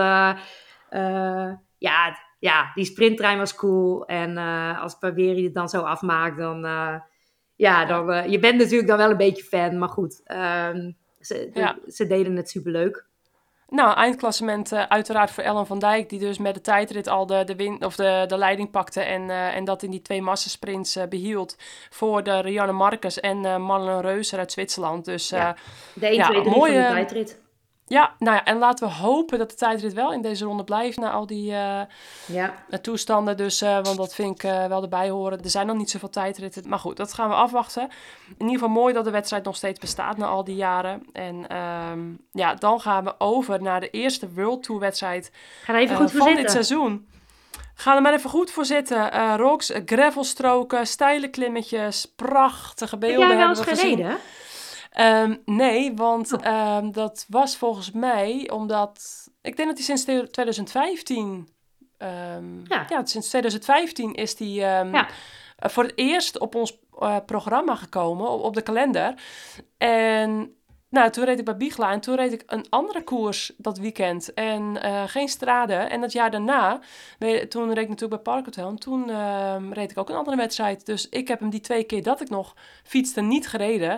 die sprinttrein was cool. En als Barbieri het dan zo afmaakt, dan... je bent natuurlijk dan wel een beetje fan, maar goed. Ze deden het superleuk. Nou, eindklassement uiteraard voor Ellen van Dijk, die dus met de tijdrit al de leiding pakte en dat in die 2 massasprints behield voor de Rianne Marcus en Marlen Reuser uit Zwitserland. Dus de 1, 2, 3 mooie, van de tijdrit. Ja, en laten we hopen dat de tijdrit wel in deze ronde blijft na al die toestanden. Dus, want dat vind ik wel erbij horen. Er zijn nog niet zoveel tijdritten. Maar goed, dat gaan we afwachten. In ieder geval mooi dat de wedstrijd nog steeds bestaat na al die jaren. En dan gaan we over naar de eerste World Tour wedstrijd van dit seizoen. Ga er maar even goed voor zitten. Rocks, gravelstroken, steile klimmetjes, prachtige beelden. Heb jij wel eens gereden? Nee, want dat was volgens mij omdat... Ik denk dat hij sinds 2015... sinds 2015 is die voor het eerst op ons programma gekomen, op de kalender. En toen reed ik bij Bigla en toen reed ik een andere koers dat weekend. En geen Strade. En dat jaar daarna, toen reed ik natuurlijk bij Park Hotel. En toen reed ik ook een andere wedstrijd. Dus ik heb hem die 2 keer dat ik nog fietste niet gereden.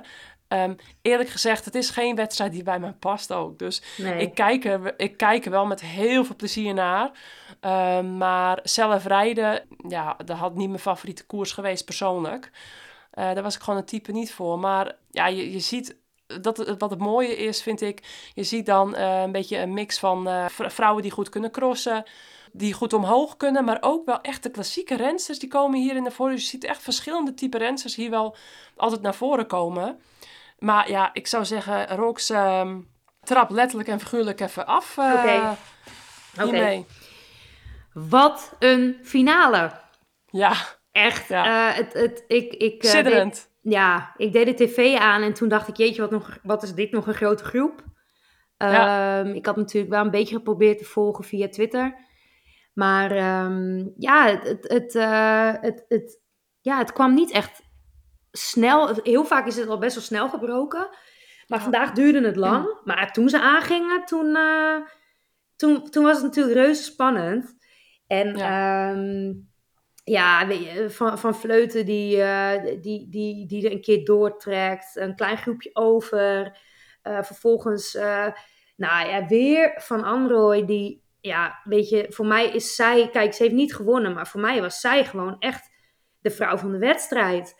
Eerlijk gezegd, het is geen wedstrijd die bij mij past ook. Dus Nee. ik kijk er wel met heel veel plezier naar. Maar zelf rijden, ja, dat had niet mijn favoriete koers geweest persoonlijk. Daar was ik gewoon een type niet voor. Maar ja, je ziet, wat het mooie is, vind ik, je ziet dan een beetje een mix van vrouwen die goed kunnen crossen, die goed omhoog kunnen, maar ook wel echt de klassieke rensters, die komen hier in de voor. Dus je ziet echt verschillende type rensters hier wel altijd naar voren komen. Maar ja, ik zou zeggen, Rox, trap letterlijk en figuurlijk even af hiermee. Wat een finale. Ja, Echt. Ja. Sidderend. sidderend. Ik deed de tv aan en toen dacht ik, jeetje, wat is dit nog een grote groep. Ik had natuurlijk wel een beetje geprobeerd te volgen via Twitter. Maar het kwam niet echt snel. Heel vaak is het al best wel snel gebroken. Maar Ja. vandaag duurde het lang. Maar toen ze aangingen, toen was het natuurlijk reuze spannend. En weet je, van Vleuten die er een keer doortrekt. Een klein groepje over. Vervolgens, weer Van Anrooy die... Ja, weet je, voor mij is zij... Kijk, ze heeft niet gewonnen, maar voor mij was zij gewoon echt de vrouw van de wedstrijd.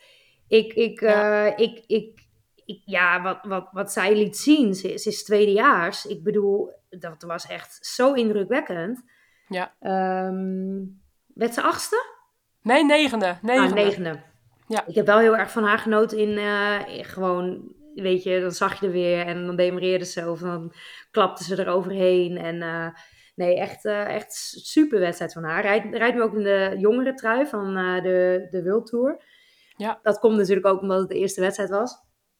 Wat zij liet zien, ze is tweedejaars. Ik bedoel, dat was echt zo indrukwekkend. Ja. Werd ze 8e? Nee, negende. Negende. Ja. Ik heb wel heel erg van haar genoten in gewoon, weet je, dan zag je er weer en dan demereerde ze of dan klapte ze eroverheen. En echt super wedstrijd van haar. Rijdt nu ook in de jongere trui van de World Tour. Ja. Dat komt natuurlijk ook omdat het de eerste wedstrijd was.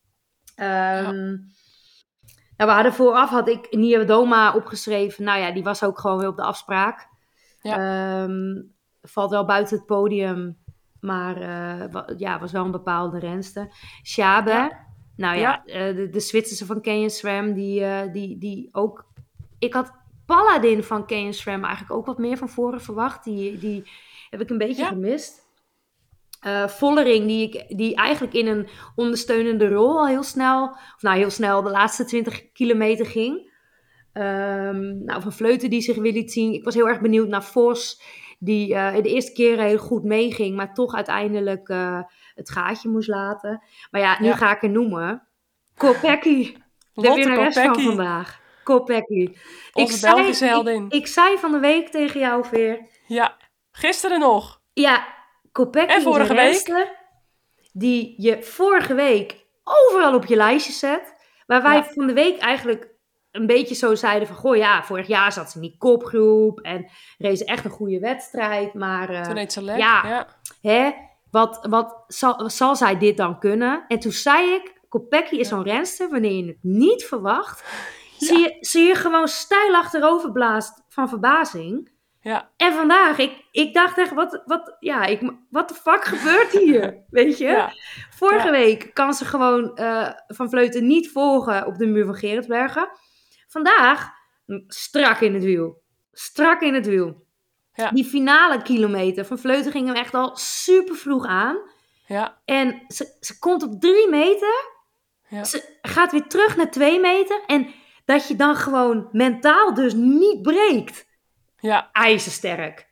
We hadden vooraf, had ik Nia Doma opgeschreven. Nou ja, die was ook gewoon weer op de afspraak. Ja. Valt wel buiten het podium. Maar was wel een bepaalde renster. Schabe. Ja. De Zwitserse van Canyon SRAM. Die ook... Ik had Paladin van Canyon SRAM eigenlijk ook wat meer van voren verwacht. Die heb ik een beetje gemist. Vollering, die eigenlijk in een ondersteunende rol al heel snel de laatste 20 kilometer ging. Van Vleuten die zich weer liet zien. Ik was heel erg benieuwd naar Vos, die de eerste keer heel goed meeging, maar toch uiteindelijk het gaatje moest laten. Maar ja, nu ga ik er noemen. Kopecky, de winnares van vandaag. Kopecky. Onze Belgische heldin. Ik zei van de week tegen jou, Veer. Ja, gisteren nog. Ja, Kopecky en vorige week die je vorige week overal op je lijstje zet. Waar wij van de week eigenlijk een beetje zo zeiden van... Goh ja, vorig jaar zat ze in die kopgroep en race echt een goede wedstrijd. Maar toen heet ze lekker. Wat zal zij dit dan kunnen? En toen zei ik, Kopecky is zo'n renster wanneer je het niet verwacht. Zie je gewoon steil achterover blaast van verbazing. Ja. En vandaag, ik dacht echt, wat de fuck gebeurt hier? Weet je? Ja. Vorige week kan ze gewoon Van Vleuten niet volgen op de muur van Gerritsbergen. Vandaag, strak in het wiel. Ja. Die finale kilometer van Vleuten ging hem echt al super vroeg aan. Ja. En ze komt op 3 meter. Ja. Ze gaat weer terug naar 2 meter. En dat je dan gewoon mentaal dus niet breekt. Ja. IJzersterk.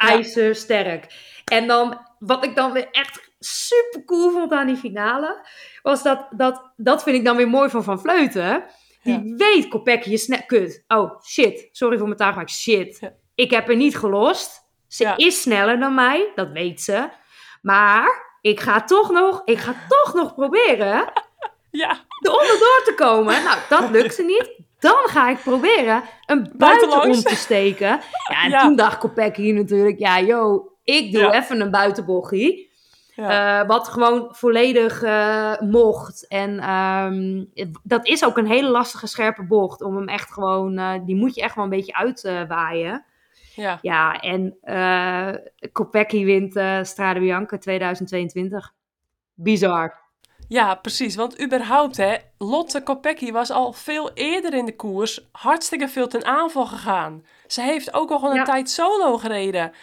En dan, wat ik dan weer echt super cool vond aan die finale, was dat vind ik dan weer mooi van Vleuten. Die weet, Kopecky is kut. Oh, shit. Sorry voor mijn taal, maar shit. Ja. Ik heb er niet gelost. Ze is sneller dan mij, dat weet ze. Maar ik ga toch nog proberen eronder door te komen. Nou, dat lukt ze niet. Dan ga ik proberen een buitenom te steken. Ja, en toen dacht Kopecky natuurlijk... ik doe even een buitenbochie. Ja. Wat gewoon volledig mocht. En dat is ook een hele lastige, scherpe bocht. Om hem echt gewoon... die moet je echt wel een beetje uitwaaien. Ja, en Kopecky wint Strade Bianca 2022. Bizar. Ja, precies. Want überhaupt, Lotte Kopecky was al veel eerder in de koers hartstikke veel ten aanval gegaan. Ze heeft ook al gewoon een tijd solo gereden.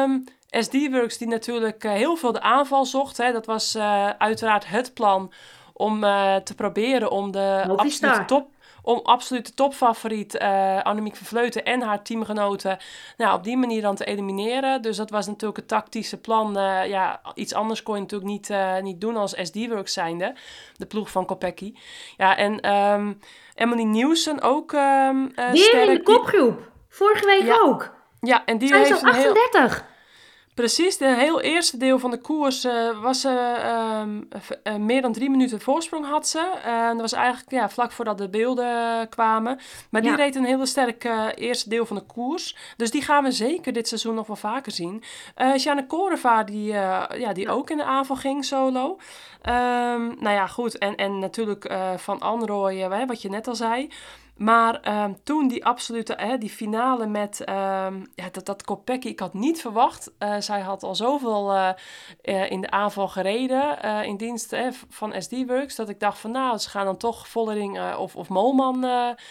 SD Worx die natuurlijk heel veel de aanval zocht. Dat was uiteraard het plan om te proberen om de Movistar. absolute topfavoriet Annemiek van Vleuten en haar teamgenoten op die manier dan te elimineren. Dus dat was natuurlijk het tactische plan. Iets anders kon je natuurlijk niet doen als SD-Works zijnde, de ploeg van Kopecky. Ja, en Emily Newson ook Weer sterk. in de kopgroep. Vorige week ook. Ja, en die Zij is heeft al 38. Precies, het heel eerste deel van de koers was ze meer dan 3 minuten voorsprong had ze. Dat was eigenlijk vlak voordat de beelden kwamen. Maar die reed een hele sterk eerste deel van de koers. Dus die gaan we zeker dit seizoen nog wel vaker zien. Sjane Koreva die ook in de aanval ging solo. Goed. En natuurlijk Van Anrooy, wat je net al zei. Maar toen die absolute, die finale met dat Kopecky, ik had niet verwacht. Zij had al zoveel in de aanval gereden in dienst van SD-Works. Dat ik dacht van ze gaan dan toch Vollering of Moolman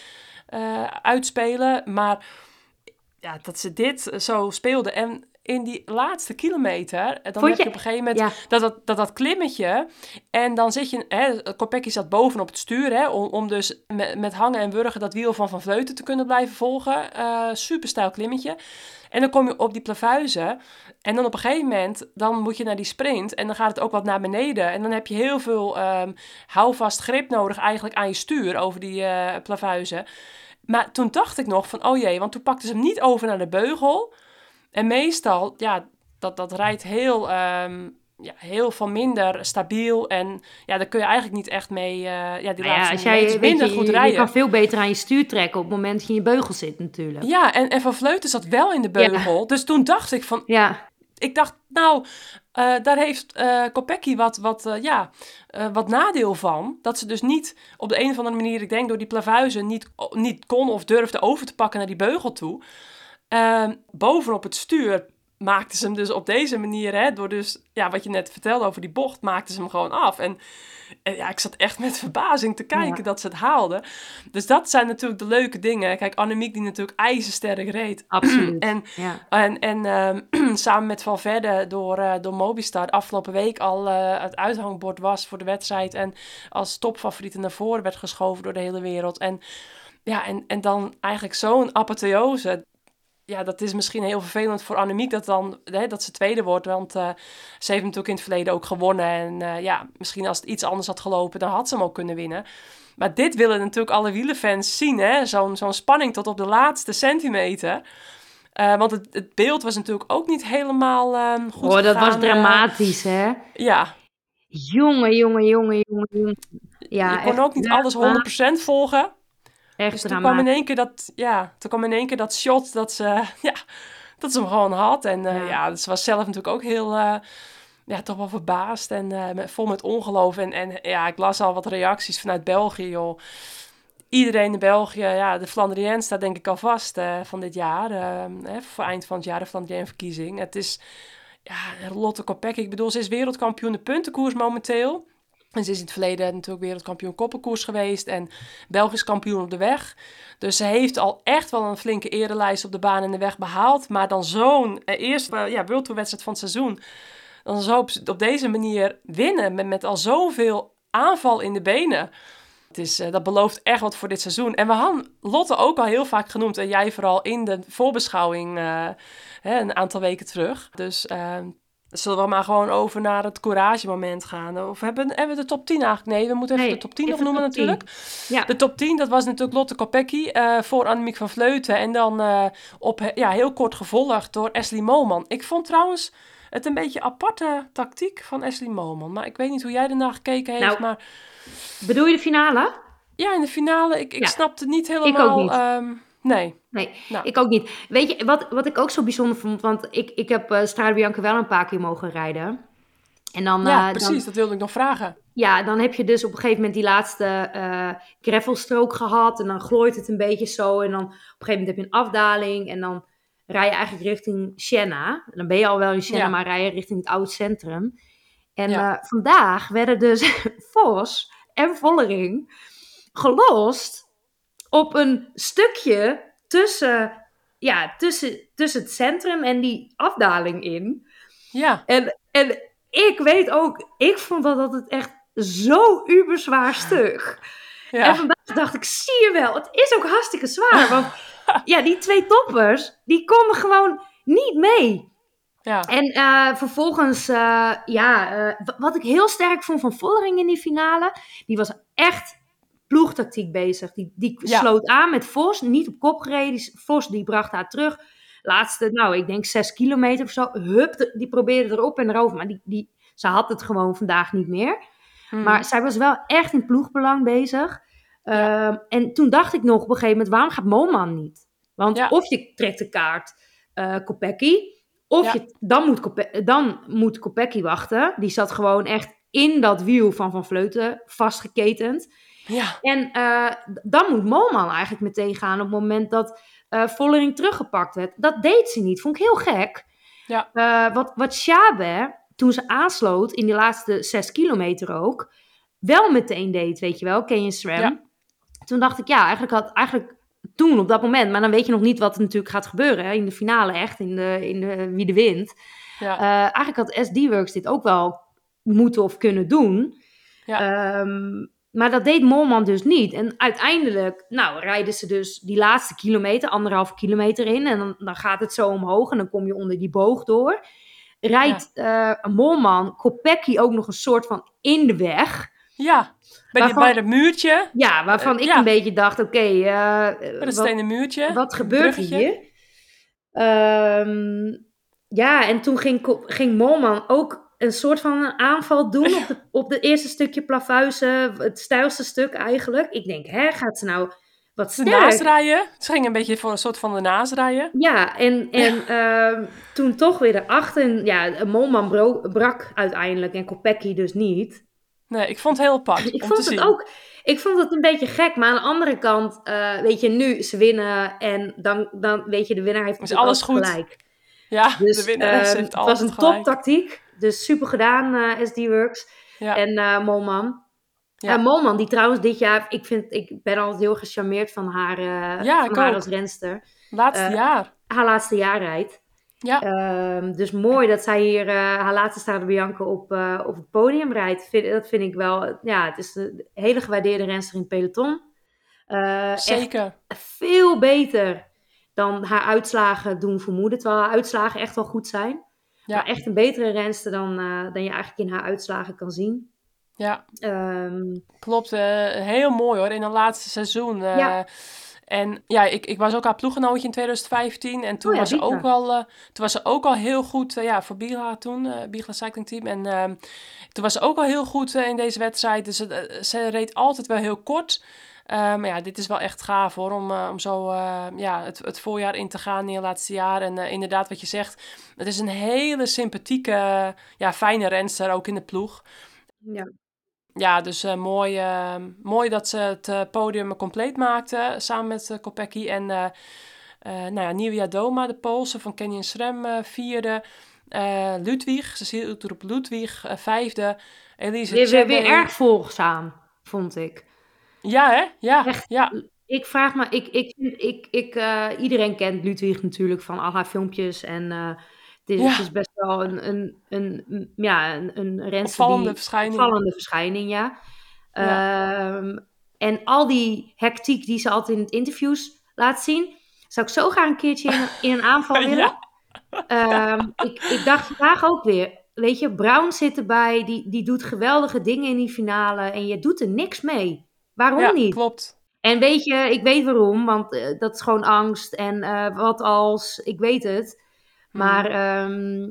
uitspelen. Maar dat ze dit zo speelden. En in die laatste kilometer, dan heb je op een gegeven moment dat klimmetje. En dan zit je, Kopecky zat bovenop het stuur, om dus met hangen en wurgen dat wiel van Vleuten te kunnen blijven volgen. Super stijl klimmetje. En dan kom je op die plavuizen. En dan op een gegeven moment, dan moet je naar die sprint. En dan gaat het ook wat naar beneden. En dan heb je heel veel houvast grip nodig eigenlijk aan je stuur over die plavuizen. Maar toen dacht ik nog van, oh jee, want toen pakten ze hem niet over naar de beugel. En meestal, dat rijdt heel veel minder stabiel. En daar kun je eigenlijk niet echt mee, die laatste meters minder goed rijden. Je kan veel beter aan je stuur trekken op het moment dat je in je beugel zit natuurlijk. Ja, en Van Vleuten zat wel in de beugel. Ja. Dus toen dacht ik van... Ja. Ik dacht, daar heeft Kopecky wat nadeel van. Dat ze dus niet op de een of andere manier, ik denk door die plavuizen, niet kon of durfde over te pakken naar die beugel toe. Bovenop het stuur maakten ze hem dus op deze manier, door dus, wat je net vertelde over die bocht, maakten ze hem gewoon af. En ik zat echt met verbazing te kijken dat ze het haalden. Dus dat zijn natuurlijk de leuke dingen. Kijk, Annemiek die natuurlijk ijzersterk reed. Absoluut, En samen met Valverde door Movistar afgelopen week al het uithangbord was voor de wedstrijd. En als topfavoriete naar voren werd geschoven door de hele wereld. En dan eigenlijk zo'n apotheose. Ja, dat is misschien heel vervelend voor Annemiek dat ze tweede wordt. Want ze heeft natuurlijk in het verleden ook gewonnen. En misschien als het iets anders had gelopen, dan had ze hem ook kunnen winnen. Maar dit willen natuurlijk alle wielerfans zien, hè? Zo'n spanning tot op de laatste centimeter. Want het beeld was natuurlijk ook niet helemaal goed gegaan. Dat was dramatisch, hè? Ja. Jongen. Ja, je kon ook niet alles 100% volgen. Echt dus toen kwam in één keer dat shot dat ze hem gewoon had. En ze was zelf natuurlijk ook heel, toch wel verbaasd en vol met ongeloof. En ik las al wat reacties vanuit België, joh. Iedereen in België, de Flandriën staat denk ik al vast van dit jaar. Voor eind van het jaar de Flandriën-verkiezing. Het is, Lotte Kopecky, ik bedoel, ze is wereldkampioen de puntenkoers momenteel. En ze is in het verleden natuurlijk wereldkampioen koppenkoers geweest en Belgisch kampioen op de weg. Dus ze heeft al echt wel een flinke erelijst op de baan en de weg behaald. Maar dan zo'n eerste World Tour wedstrijd van het seizoen, dan zo op deze manier winnen met al zoveel aanval in de benen. Dat belooft echt wat voor dit seizoen. En we hadden Lotte ook al heel vaak genoemd en jij vooral in de voorbeschouwing een aantal weken terug. Dus... zullen we maar gewoon over naar het courage-moment gaan? Of hebben we de top 10 eigenlijk? Nee, we moeten even de top 10 nog noemen natuurlijk. Ja. De top 10, dat was natuurlijk Lotte Kopecky voor Annemiek van Vleuten. En dan heel kort gevolgd door Ashley Moolman. Ik vond trouwens het een beetje aparte tactiek van Ashley Moolman. Maar ik weet niet hoe jij ernaar gekeken heeft. Maar... Bedoel je de finale? Ja, in de finale. Ik snapte het niet helemaal. Ik ook niet. Nee, ik ook niet. Weet je, wat ik ook zo bijzonder vond, want ik heb Strade Bianche wel een paar keer mogen rijden. En dan, precies, dat wilde ik nog vragen. Ja, dan heb je dus op een gegeven moment die laatste gravelstrook gehad en dan glooit het een beetje zo. En dan op een gegeven moment heb je een afdaling en dan rij je eigenlijk richting Siena. Dan ben je al wel in Siena, maar rij je richting het oude centrum. En vandaag werden dus Vos en Vollering gelost op een stukje tussen het centrum en die afdaling in. Ja. En ik weet ook, ik vond dat het echt zo uberzwaar stuk. Ja. En vandaag dacht ik, zie je wel, het is ook hartstikke zwaar. Want ja, die 2 toppers, die konden gewoon niet mee. Ja. En vervolgens, wat ik heel sterk vond van Vollering in die finale, die was echt ploegtactiek bezig. Die sloot aan met Vos, niet op kop gereden. Vos die bracht haar terug. Laatste, ik denk 6 kilometer of zo. Hup, die probeerde erop en erover. Maar ze had het gewoon vandaag niet meer. Maar zij was wel echt in ploegbelang bezig. En toen dacht ik nog op een gegeven moment, waarom gaat Moman niet? Want of je trekt de kaart Kopecky, of dan moet Kopecky wachten. Die zat gewoon echt in dat wiel van Vleuten vastgeketend. Ja. En dan moet Moman eigenlijk meteen gaan op het moment dat Vollering teruggepakt werd. Dat deed ze niet. Vond ik heel gek. Ja. Wat Schabe, toen ze aansloot in die laatste 6 kilometer ook, wel meteen deed, weet je wel, Canyon SRAM. Ja. Toen dacht ik, eigenlijk toen op dat moment, maar dan weet je nog niet wat er natuurlijk gaat gebeuren, hè, in de finale echt, in de wie de wint. Ja. Eigenlijk had SD-Works dit ook wel moeten of kunnen doen. Ja. Maar dat deed Mollman dus niet. En uiteindelijk, rijden ze dus die laatste kilometer, 1,5 kilometer in. En dan gaat het zo omhoog en dan kom je onder die boog door. Rijdt Mollman Kopecky ook nog een soort van in de weg. Ja, bij het muurtje. Ja, waarvan ik een beetje dacht, oké, bij het stenen muurtje. Wat gebeurt hier? En toen ging Mollman ook een soort van een aanval doen op de eerste stukje Plavuizen, het steilste stuk eigenlijk. Ik denk, gaat ze nou wat sterk? De naastrijden. Ze ging een beetje voor een soort van de naastrijden. Ja, en toen toch weer erachter. Mollman brak uiteindelijk en Kopecky dus niet. Nee, ik vond het heel apart Ik vond het ook. Ik vond het een beetje gek, maar aan de andere kant, weet je, nu ze winnen en dan weet je, de winnaar heeft is alles goed. Gelijk. Ja, dus, de winnaar heeft het alles was een gelijk. toptactiek, dus super gedaan, SD-Works en Mollman. Ja. Mollman, die trouwens dit jaar, ik ben altijd heel gecharmeerd van haar als renster. Haar laatste jaar rijdt. Ja. Dus mooi dat zij hier haar laatste Strade Bianche op het podium rijdt. Dat vind ik wel, het is een hele gewaardeerde renster in het peloton. Zeker. Veel beter dan haar uitslagen doen vermoeden. Terwijl haar uitslagen echt wel goed zijn. Ja. Maar echt een betere renster dan je eigenlijk in haar uitslagen kan zien. Ja, klopt. Heel mooi hoor, in het laatste seizoen. En ja, ik was ook haar ploeggenootje in 2015. En toen was ze ook al heel goed voor Bigla toen. Bigla Cycling Team. En toen was ze ook al heel goed in deze wedstrijd. Dus ze reed altijd wel heel kort. Maar dit is wel echt gaaf hoor. Om zo het voorjaar in te gaan in je laatste jaar. En inderdaad wat je zegt. Het is een hele sympathieke, fijne renster ook in de ploeg. Ja. Ja, dus mooi dat ze het podium compleet maakte samen met Kopecky. En Nieuwia Doma, de Poolse van Canyon SRAM, vierde. Ludwig, Cecile Uttrup Ludwig, vijfde. Elise Chebe. Weer erg volgzaam, vond ik. Ja, hè? Ja. Echt, ja. Ik vraag me, iedereen kent Ludwig natuurlijk van al haar filmpjes en... Het is best wel een renster opvallende verschijning, ja. En al die hectiek die ze altijd in het interviews laat zien, zou ik zo graag een keertje in een aanval willen. Ik dacht vandaag ook weer, weet je, Brown zit erbij, die doet geweldige dingen in die finale en je doet er niks mee. Waarom niet? Klopt. En weet je, ik weet waarom, want dat is gewoon angst en wat als, ik weet het. Maar er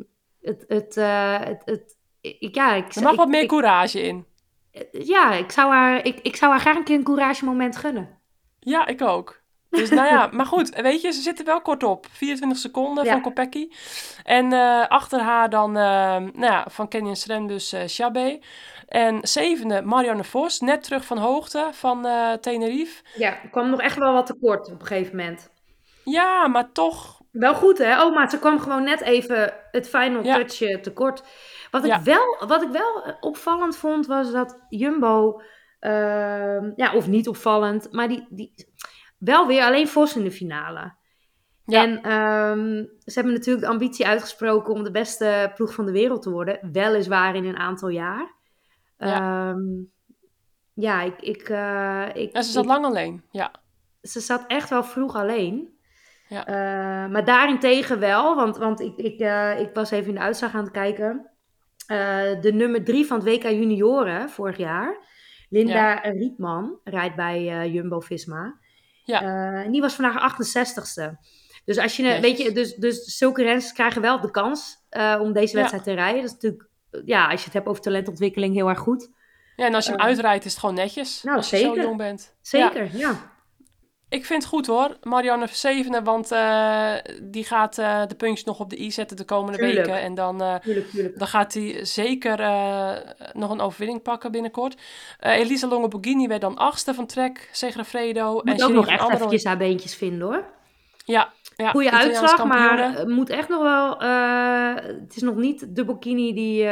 mag wat meer courage in. Ja, ik zou haar graag een keer een courage moment gunnen. Ja, ik ook. Dus maar goed, weet je, ze zitten wel kort op. 24 seconden van Kopecky. En achter haar dan van Canyon SRAM dus Chabé. En zevende Marianne Vos, net terug van hoogte van Tenerife. Ja, kwam nog echt wel wat tekort op een gegeven moment. Ja, maar toch... Wel goed, hè? Oh, maar ze kwam gewoon net even het final touchje tekort. Wat ik wel opvallend vond, was dat Jumbo... of niet opvallend, maar die wel weer alleen Vos in de finale. Ja. En ze hebben natuurlijk de ambitie uitgesproken om de beste ploeg van de wereld te worden. Weliswaar in een aantal jaar. Ja. Ehm, ja, En ze zat lang alleen. Ja. ze zat echt wel vroeg alleen. Ja. Maar daarentegen wel, want ik was even in de uitslag aan het kijken. De nummer 3 van het WK Junioren vorig jaar, Linda Ja. Rietman, rijdt bij Jumbo-Visma. Ja. En die was vandaag 68ste. Dus als je, weet je, Jezus. dus zulke renners krijgen wel de kans om deze Ja. wedstrijd te rijden. Dat is natuurlijk, ja, als je het hebt over talentontwikkeling, heel erg goed. Ja, en als je hem uitrijdt is het gewoon netjes. Nou, Als je zo zeker. jong bent. Zeker, ja. Ik vind het goed hoor, Marianne Versevenen, want die gaat de puntjes nog op de i zetten de komende Tuurlijk. weken. En dan Tuurlijk. gaat hij zeker nog een overwinning pakken binnenkort. Elisa Longo-Borghini werd dan 8e van Trek, Segafredo. Moet En ook Shirin nog van echt Anrooy. eventjes haar beentjes vinden hoor. Ja, Goeie Italiaans uitslag, kampioene. maar moet echt nog wel... het is nog niet de Bocchini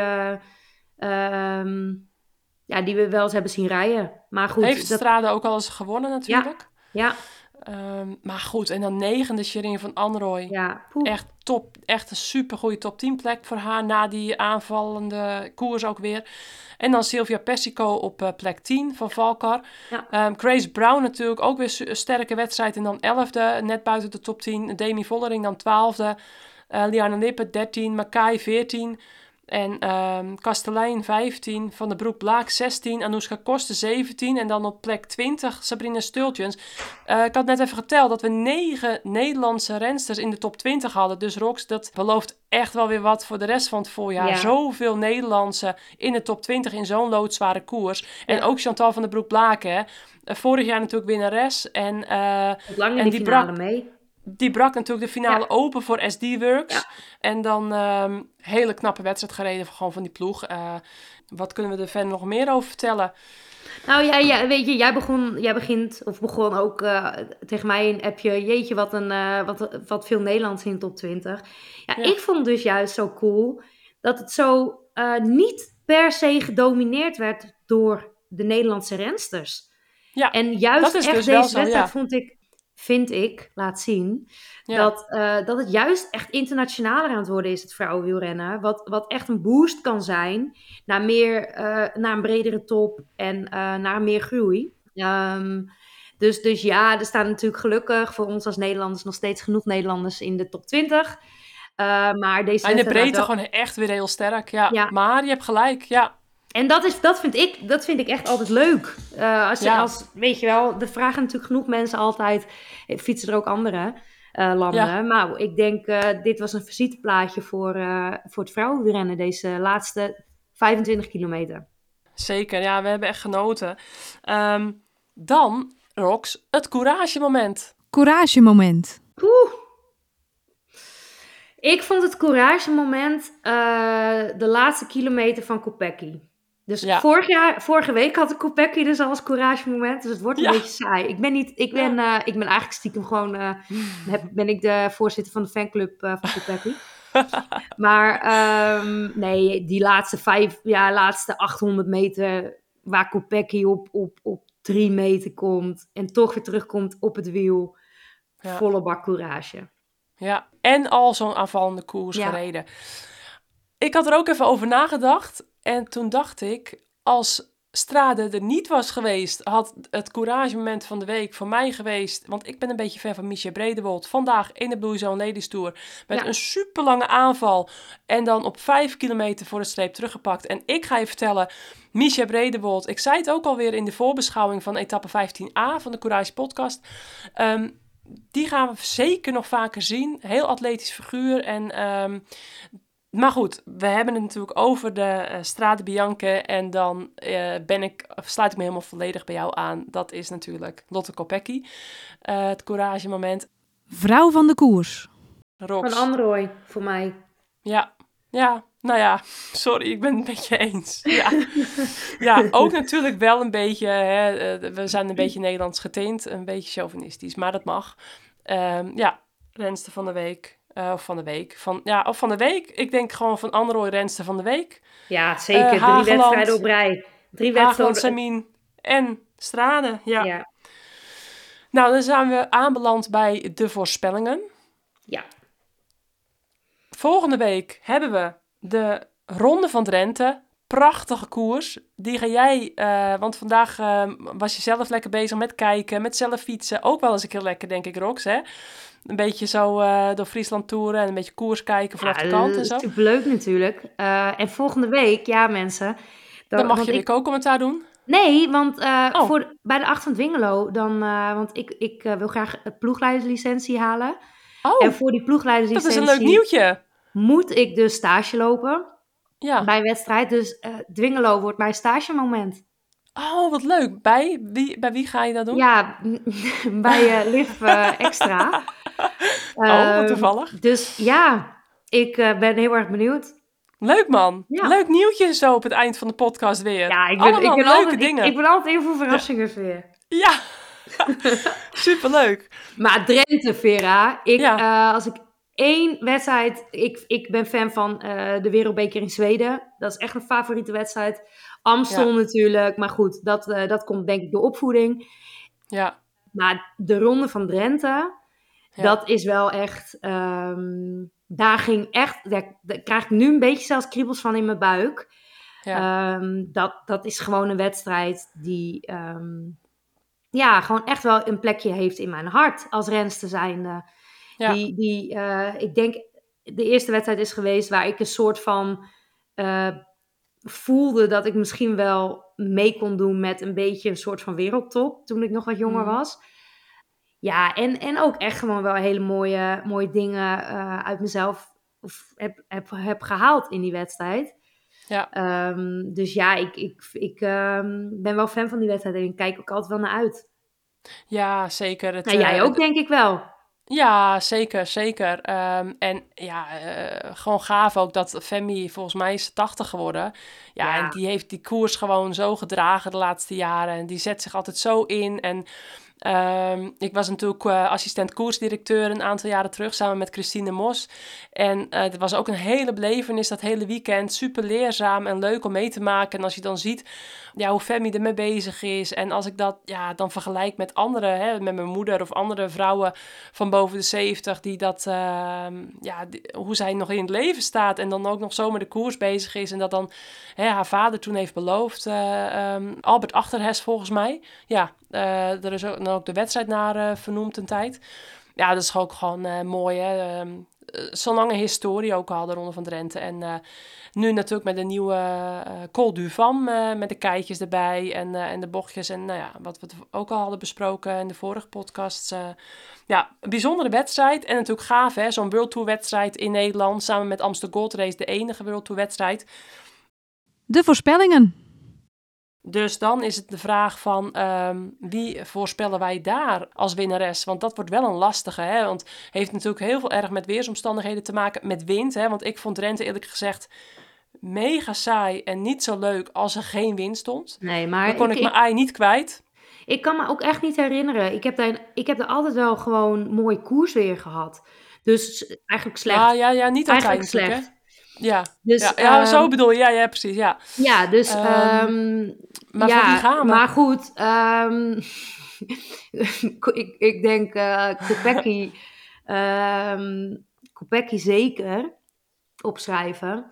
die we wel eens hebben zien rijden. Maar goed. Heeft Strade ook al eens gewonnen natuurlijk. Ja. Maar goed, en dan 9e Shirin van Anrooy. Ja. Echt top, echt een supergoeie top 10 plek voor haar na die aanvallende koers ook weer. En dan Silvia Persico op plek 10 van Valkar. Ja. Grace Brown natuurlijk ook weer een sterke wedstrijd en dan 11e, net buiten de top 10. Demi Vollering dan 12e. Liana Lippert 13, Makai 14 en Kastelein 15, Van der Broek Blaak 16, Anoushka Koster 17 en dan op plek 20 Sabrina Stultjens. Ik had net even geteld dat we 9 Nederlandse rensters in de top 20 hadden. Dus Rox, dat belooft echt wel weer wat voor de rest van het voorjaar. Ja. Zoveel Nederlandse in de top 20 in zo'n loodzware koers. En Ja. ook Chantal van der Broek Blaak, hè. Vorig jaar natuurlijk winnares. En Lang in de finale mee. die brak natuurlijk de finale open voor SD Works. Ja. En dan hele knappe wedstrijd gereden gewoon van die ploeg. Wat kunnen we er verder nog meer over vertellen? Nou ja, weet je, jij begon ook tegen mij een appje. Jeetje, wat veel Nederlands in de top 20. Ja, ik vond het dus juist zo cool dat het zo niet per se gedomineerd werd door de Nederlandse rensters. Ja, en juist dat is echt dus deze wel zo, wedstrijd vind ik, laat zien, dat het juist echt internationaler aan het worden is, het vrouwenwielrennen. Wat echt een boost kan zijn naar een bredere top en naar meer groei. Dus ja, er staan natuurlijk gelukkig voor ons als Nederlanders nog steeds genoeg Nederlanders in de top 20. Maar deze in de wedstrijd breedte gewoon echt weer heel sterk. Ja. Maar je hebt gelijk, ja. En dat vind ik echt altijd leuk. Weet je wel, er vragen natuurlijk genoeg mensen altijd. Fietsen er ook andere landen. Ja. Maar ik denk, dit was een visiteplaatje voor het vrouwenwielrennen. Deze laatste 25 kilometer. Zeker, ja, we hebben echt genoten. Dan, Rox, het couragemoment. Couragemoment. Ik vond het couragemoment de laatste kilometer van Kopecky. Dus vorige week had ik Kopecky dus al als couragemoment. Dus het wordt een beetje saai. Ik ben eigenlijk stiekem gewoon... ben ik de voorzitter van de fanclub van Kopecky. Maar nee, die laatste 800 meter... waar Kopecky op 3 meter komt... en toch weer terugkomt op het wiel. Volle bak courage. Ja, en al zo'n aanvallende koers gereden. Ik had er ook even over nagedacht. En toen dacht ik, als Strade er niet was geweest, had het couragemoment van de week voor mij geweest. Want ik ben een beetje fan van Micha Bredewold. Vandaag in de Blue Zone Ladies Tour. Met een super lange aanval. En dan op 5 kilometer voor de streep teruggepakt. En ik ga je vertellen, Micha Bredewold. Ik zei het ook alweer in de voorbeschouwing van etappe 15a van de Courage podcast. Die gaan we zeker nog vaker zien. Heel atletisch figuur. Maar goed, we hebben het natuurlijk over de Strade Bianche. En dan sluit ik me helemaal volledig bij jou aan. Dat is natuurlijk Lotte Kopecky. Het couragemoment. Vrouw van de koers. Rox. Van Anrooy, voor mij. Ja, nou ja, sorry, ik ben het met je eens. Ja, ook natuurlijk wel een beetje, we zijn een beetje Nederlands getint, een beetje chauvinistisch, maar dat mag. Renster van de week, of van de week. Ik denk gewoon van Anrooy renster van de week. Ja, zeker. 3 Hageland, wedstrijden op rij. 3 wedstrijden. Samin en Strade, ja. Nou, dan zijn we aanbeland bij de voorspellingen. Ja. Volgende week hebben we de Ronde van Drenthe. prachtige koers. Die ga jij, want vandaag was je zelf lekker bezig met kijken, met zelf fietsen. Ook wel eens een keer lekker, denk ik, Rox, hè? Een beetje zo door Friesland toeren en een beetje koers kijken vanaf de kant en zo. Dat is superleuk natuurlijk. En volgende week, ja mensen. Dan mag want je weer kookcommentaar doen. Nee, want Oh. bij de 8 van Dwingelo, want ik wil graag een ploegleiderslicentie halen. Oh, En voor die dat ploegleiderslicentie is een leuk nieuwtje. moet ik dus stage lopen Ja. bij wedstrijd. Dus Dwingelo wordt mijn stagemoment. Oh, wat leuk. Bij wie ga je dat doen? Ja, bij Liv Extra. Wat toevallig. Dus ja, ik ben heel erg benieuwd. Leuk man. Ja. Leuk nieuwtje zo op het eind van de podcast weer. Ja, ik Allemaal ben leuke altijd, dingen. Ik ben altijd even voor verrassingen, Veer. Ja, superleuk. Maar Drenthe, Vera. Ja. Als ik één wedstrijd... Ik ben fan van de Wereldbeker in Zweden. Dat is echt een favoriete wedstrijd. Amstel natuurlijk. Maar goed, dat komt denk ik door opvoeding. Ja. Maar de Ronde van Drenthe... Ja. Dat is wel echt... daar krijg ik nu een beetje zelfs kriebels van in mijn buik. Ja. Dat is gewoon een wedstrijd die... gewoon echt wel een plekje heeft in mijn hart als renster zijnde. Ja. Ik denk, de eerste wedstrijd is geweest waar ik een soort van voelde dat ik misschien wel mee kon doen met een beetje een soort van wereldtop toen ik nog wat jonger was. Ja, en ook echt gewoon wel hele mooie dingen uit mezelf heb gehaald in die wedstrijd. Ja. Dus ja, ik ben wel fan van die wedstrijd en ik kijk ook altijd wel naar uit. Ja, zeker. Nou, jij ook, denk ik wel. Ja, zeker, zeker. En ja, gewoon gaaf ook dat Femi, volgens mij is 80 geworden. Ja, en die heeft die koers gewoon zo gedragen de laatste jaren. En die zet zich altijd zo in. En ik was natuurlijk assistent koersdirecteur een aantal jaren terug, samen met Christine Mos. En het was ook een hele belevenis dat hele weekend. Super leerzaam en leuk om mee te maken. En als je dan ziet hoe Femi ermee bezig is. En als ik dat dan vergelijk met anderen, hè, met mijn moeder of andere vrouwen van boven de 70, die dat, hoe zij nog in het leven staat en dan ook nog zo met de koers bezig is. En dat dan haar vader toen heeft beloofd, Albert Achterhes volgens mij. Ja, er is ook de wedstrijd naar vernoemd een tijd. Ja, dat is ook gewoon mooi, hè. Zo'n lange historie ook al, de Ronde van Drenthe. En nu natuurlijk met de nieuwe Col du Vam, met de keitjes erbij en de bochtjes. En nou ja, wat we ook al hadden besproken in de vorige podcasts. Een bijzondere wedstrijd. En natuurlijk gaaf, hè. Zo'n World Tour wedstrijd in Nederland, samen met Amstel Gold Race, de enige World Tour wedstrijd. De voorspellingen. Dus dan is het de vraag van wie voorspellen wij daar als winnares? Want dat wordt wel een lastige, hè? Want het heeft natuurlijk heel veel erg met weersomstandigheden te maken, met wind. Hè? Want ik vond Drenthe eerlijk gezegd mega saai en niet zo leuk als er geen wind stond. Nee, maar dan kon ik mijn ei niet kwijt. Ik kan me ook echt niet herinneren. Ik heb er altijd wel gewoon mooi koersweer gehad. Dus eigenlijk slecht. Ja, niet altijd eigenlijk slecht. Hè? Ja, dus, zo bedoel je. Ja, precies, ja. Ja, dus... maar voor wie gaan we? Maar goed, ik denk Kopecky zeker opschrijven.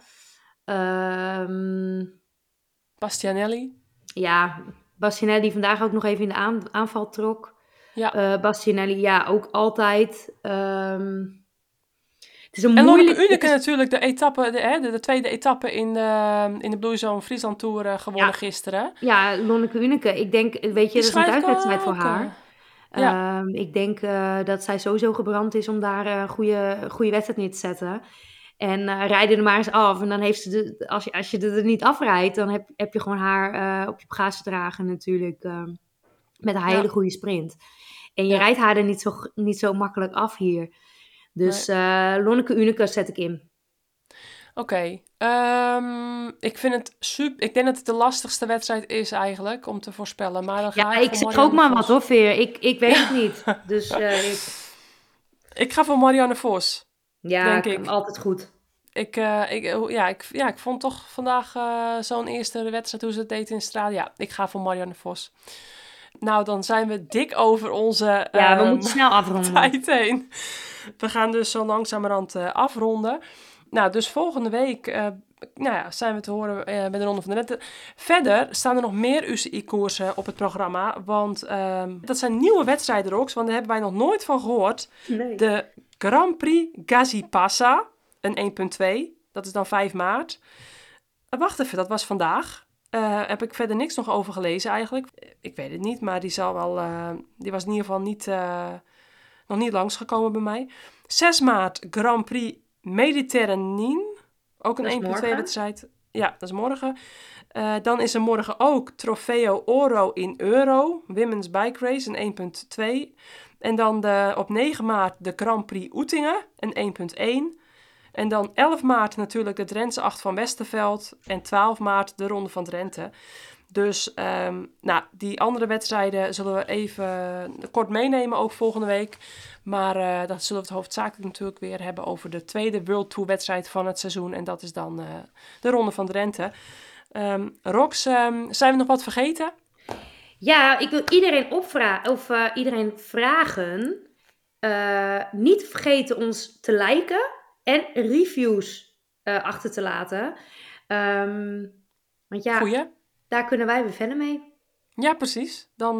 Bastianelli? Ja, Bastianelli vandaag ook nog even in de aanval trok. Ja. Bastianelli, ook altijd... Het is en Lonneke Uneke natuurlijk, de tweede etappe in de Blue Zone Friesland Tour gewonnen gisteren. Ja, Lonneke Uneke. Ik denk, weet je, dat is een thuiswedstrijd voor haar. Ik denk dat zij sowieso gebrand is om daar een goede wedstrijd neer te zetten. En rijden er maar eens af. En dan heeft ze, als je er niet afrijdt, dan heb je gewoon haar op je bagage dragen natuurlijk. Met een hele goede sprint. En je rijdt haar er niet zo makkelijk af hier. Dus Lonneke Uneke zet ik in. Oké. Ik vind het super. Ik denk dat het de lastigste wedstrijd is eigenlijk om te voorspellen. Maar dan ga ik zeg ook maar wat hoor, Veer. Ik weet het niet. Dus ik ga voor Marianne Vos. Ja, denk ik. Altijd goed. Ik vond toch vandaag zo'n eerste wedstrijd hoe ze het deed in Strade. Ja, ik ga voor Marianne Vos. Nou, dan zijn we dik over onze we moeten snel afronden. tijd heen. We gaan dus zo langzamerhand afronden. Nou, dus volgende week zijn we te horen bij de Ronde van Drenthe. Verder staan er nog meer UCI-koersen op het programma. Want dat zijn nieuwe wedstrijden, Rox. Want daar hebben wij nog nooit van gehoord. Nee. De Grand Prix Gazipasa, een 1.2. Dat is dan 5 maart. Wacht even, dat was vandaag. Heb ik verder niks nog over gelezen eigenlijk. Ik weet het niet, maar die was in ieder geval nog niet langsgekomen bij mij. 6 maart Grand Prix Mediterranee. Ook een 1.2-wedstrijd. Ja, dat is morgen. Dan is er morgen ook Trofeo Oro in Euro. Women's Bike Race, een 1.2. En dan op 9 maart de Grand Prix Oetingen, een 1.1. En dan 11 maart natuurlijk de Drentse 8 van Westerveld. En 12 maart de Ronde van Drenthe. Dus die andere wedstrijden zullen we even kort meenemen, ook volgende week. Maar dat zullen we het hoofdzakelijk natuurlijk weer hebben over de tweede World Tour wedstrijd van het seizoen. En dat is dan de Ronde van Drenthe. Rox, zijn we nog wat vergeten? Ja, ik wil iedereen vragen. Niet vergeten ons te liken en reviews achter te laten. Want ja, Goeie. daar kunnen wij weer verder mee. Ja, precies. Dan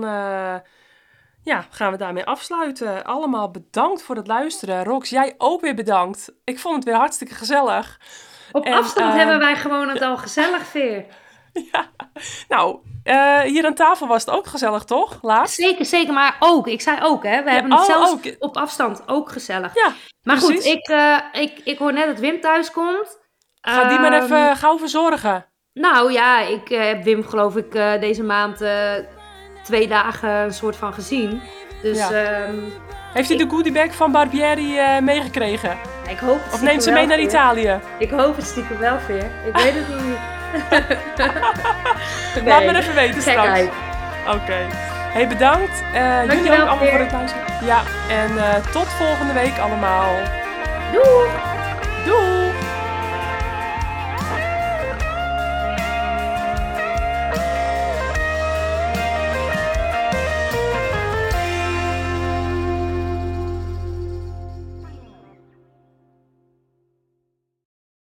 gaan we daarmee afsluiten. Allemaal bedankt voor het luisteren. Rox, jij ook weer bedankt. Ik vond het weer hartstikke gezellig. Op afstand hebben wij gewoon het al gezellig, Veer. Ja, nou, hier aan tafel was het ook gezellig, toch? Laatst? Zeker, maar ook. Ik zei ook, hè. We hebben het zelfs op afstand ook gezellig. Ja, maar precies. Goed, ik hoor net dat Wim thuis komt. Ga die maar even gauw verzorgen. Nou ja, ik heb Wim geloof ik deze maand 2 dagen een soort van gezien. Dus, ja. Heeft hij de goodiebag van Barbieri meegekregen? Ik hoop het. Of neemt ze mee naar Italië? Ik hoop het stiekem wel, Veer. Ik weet het nog niet. Nee. Laat me even weten straks. Oké. Hey, bedankt. Jullie ook allemaal voor het luisteren. Ja, en tot volgende week allemaal. Doei! Doei!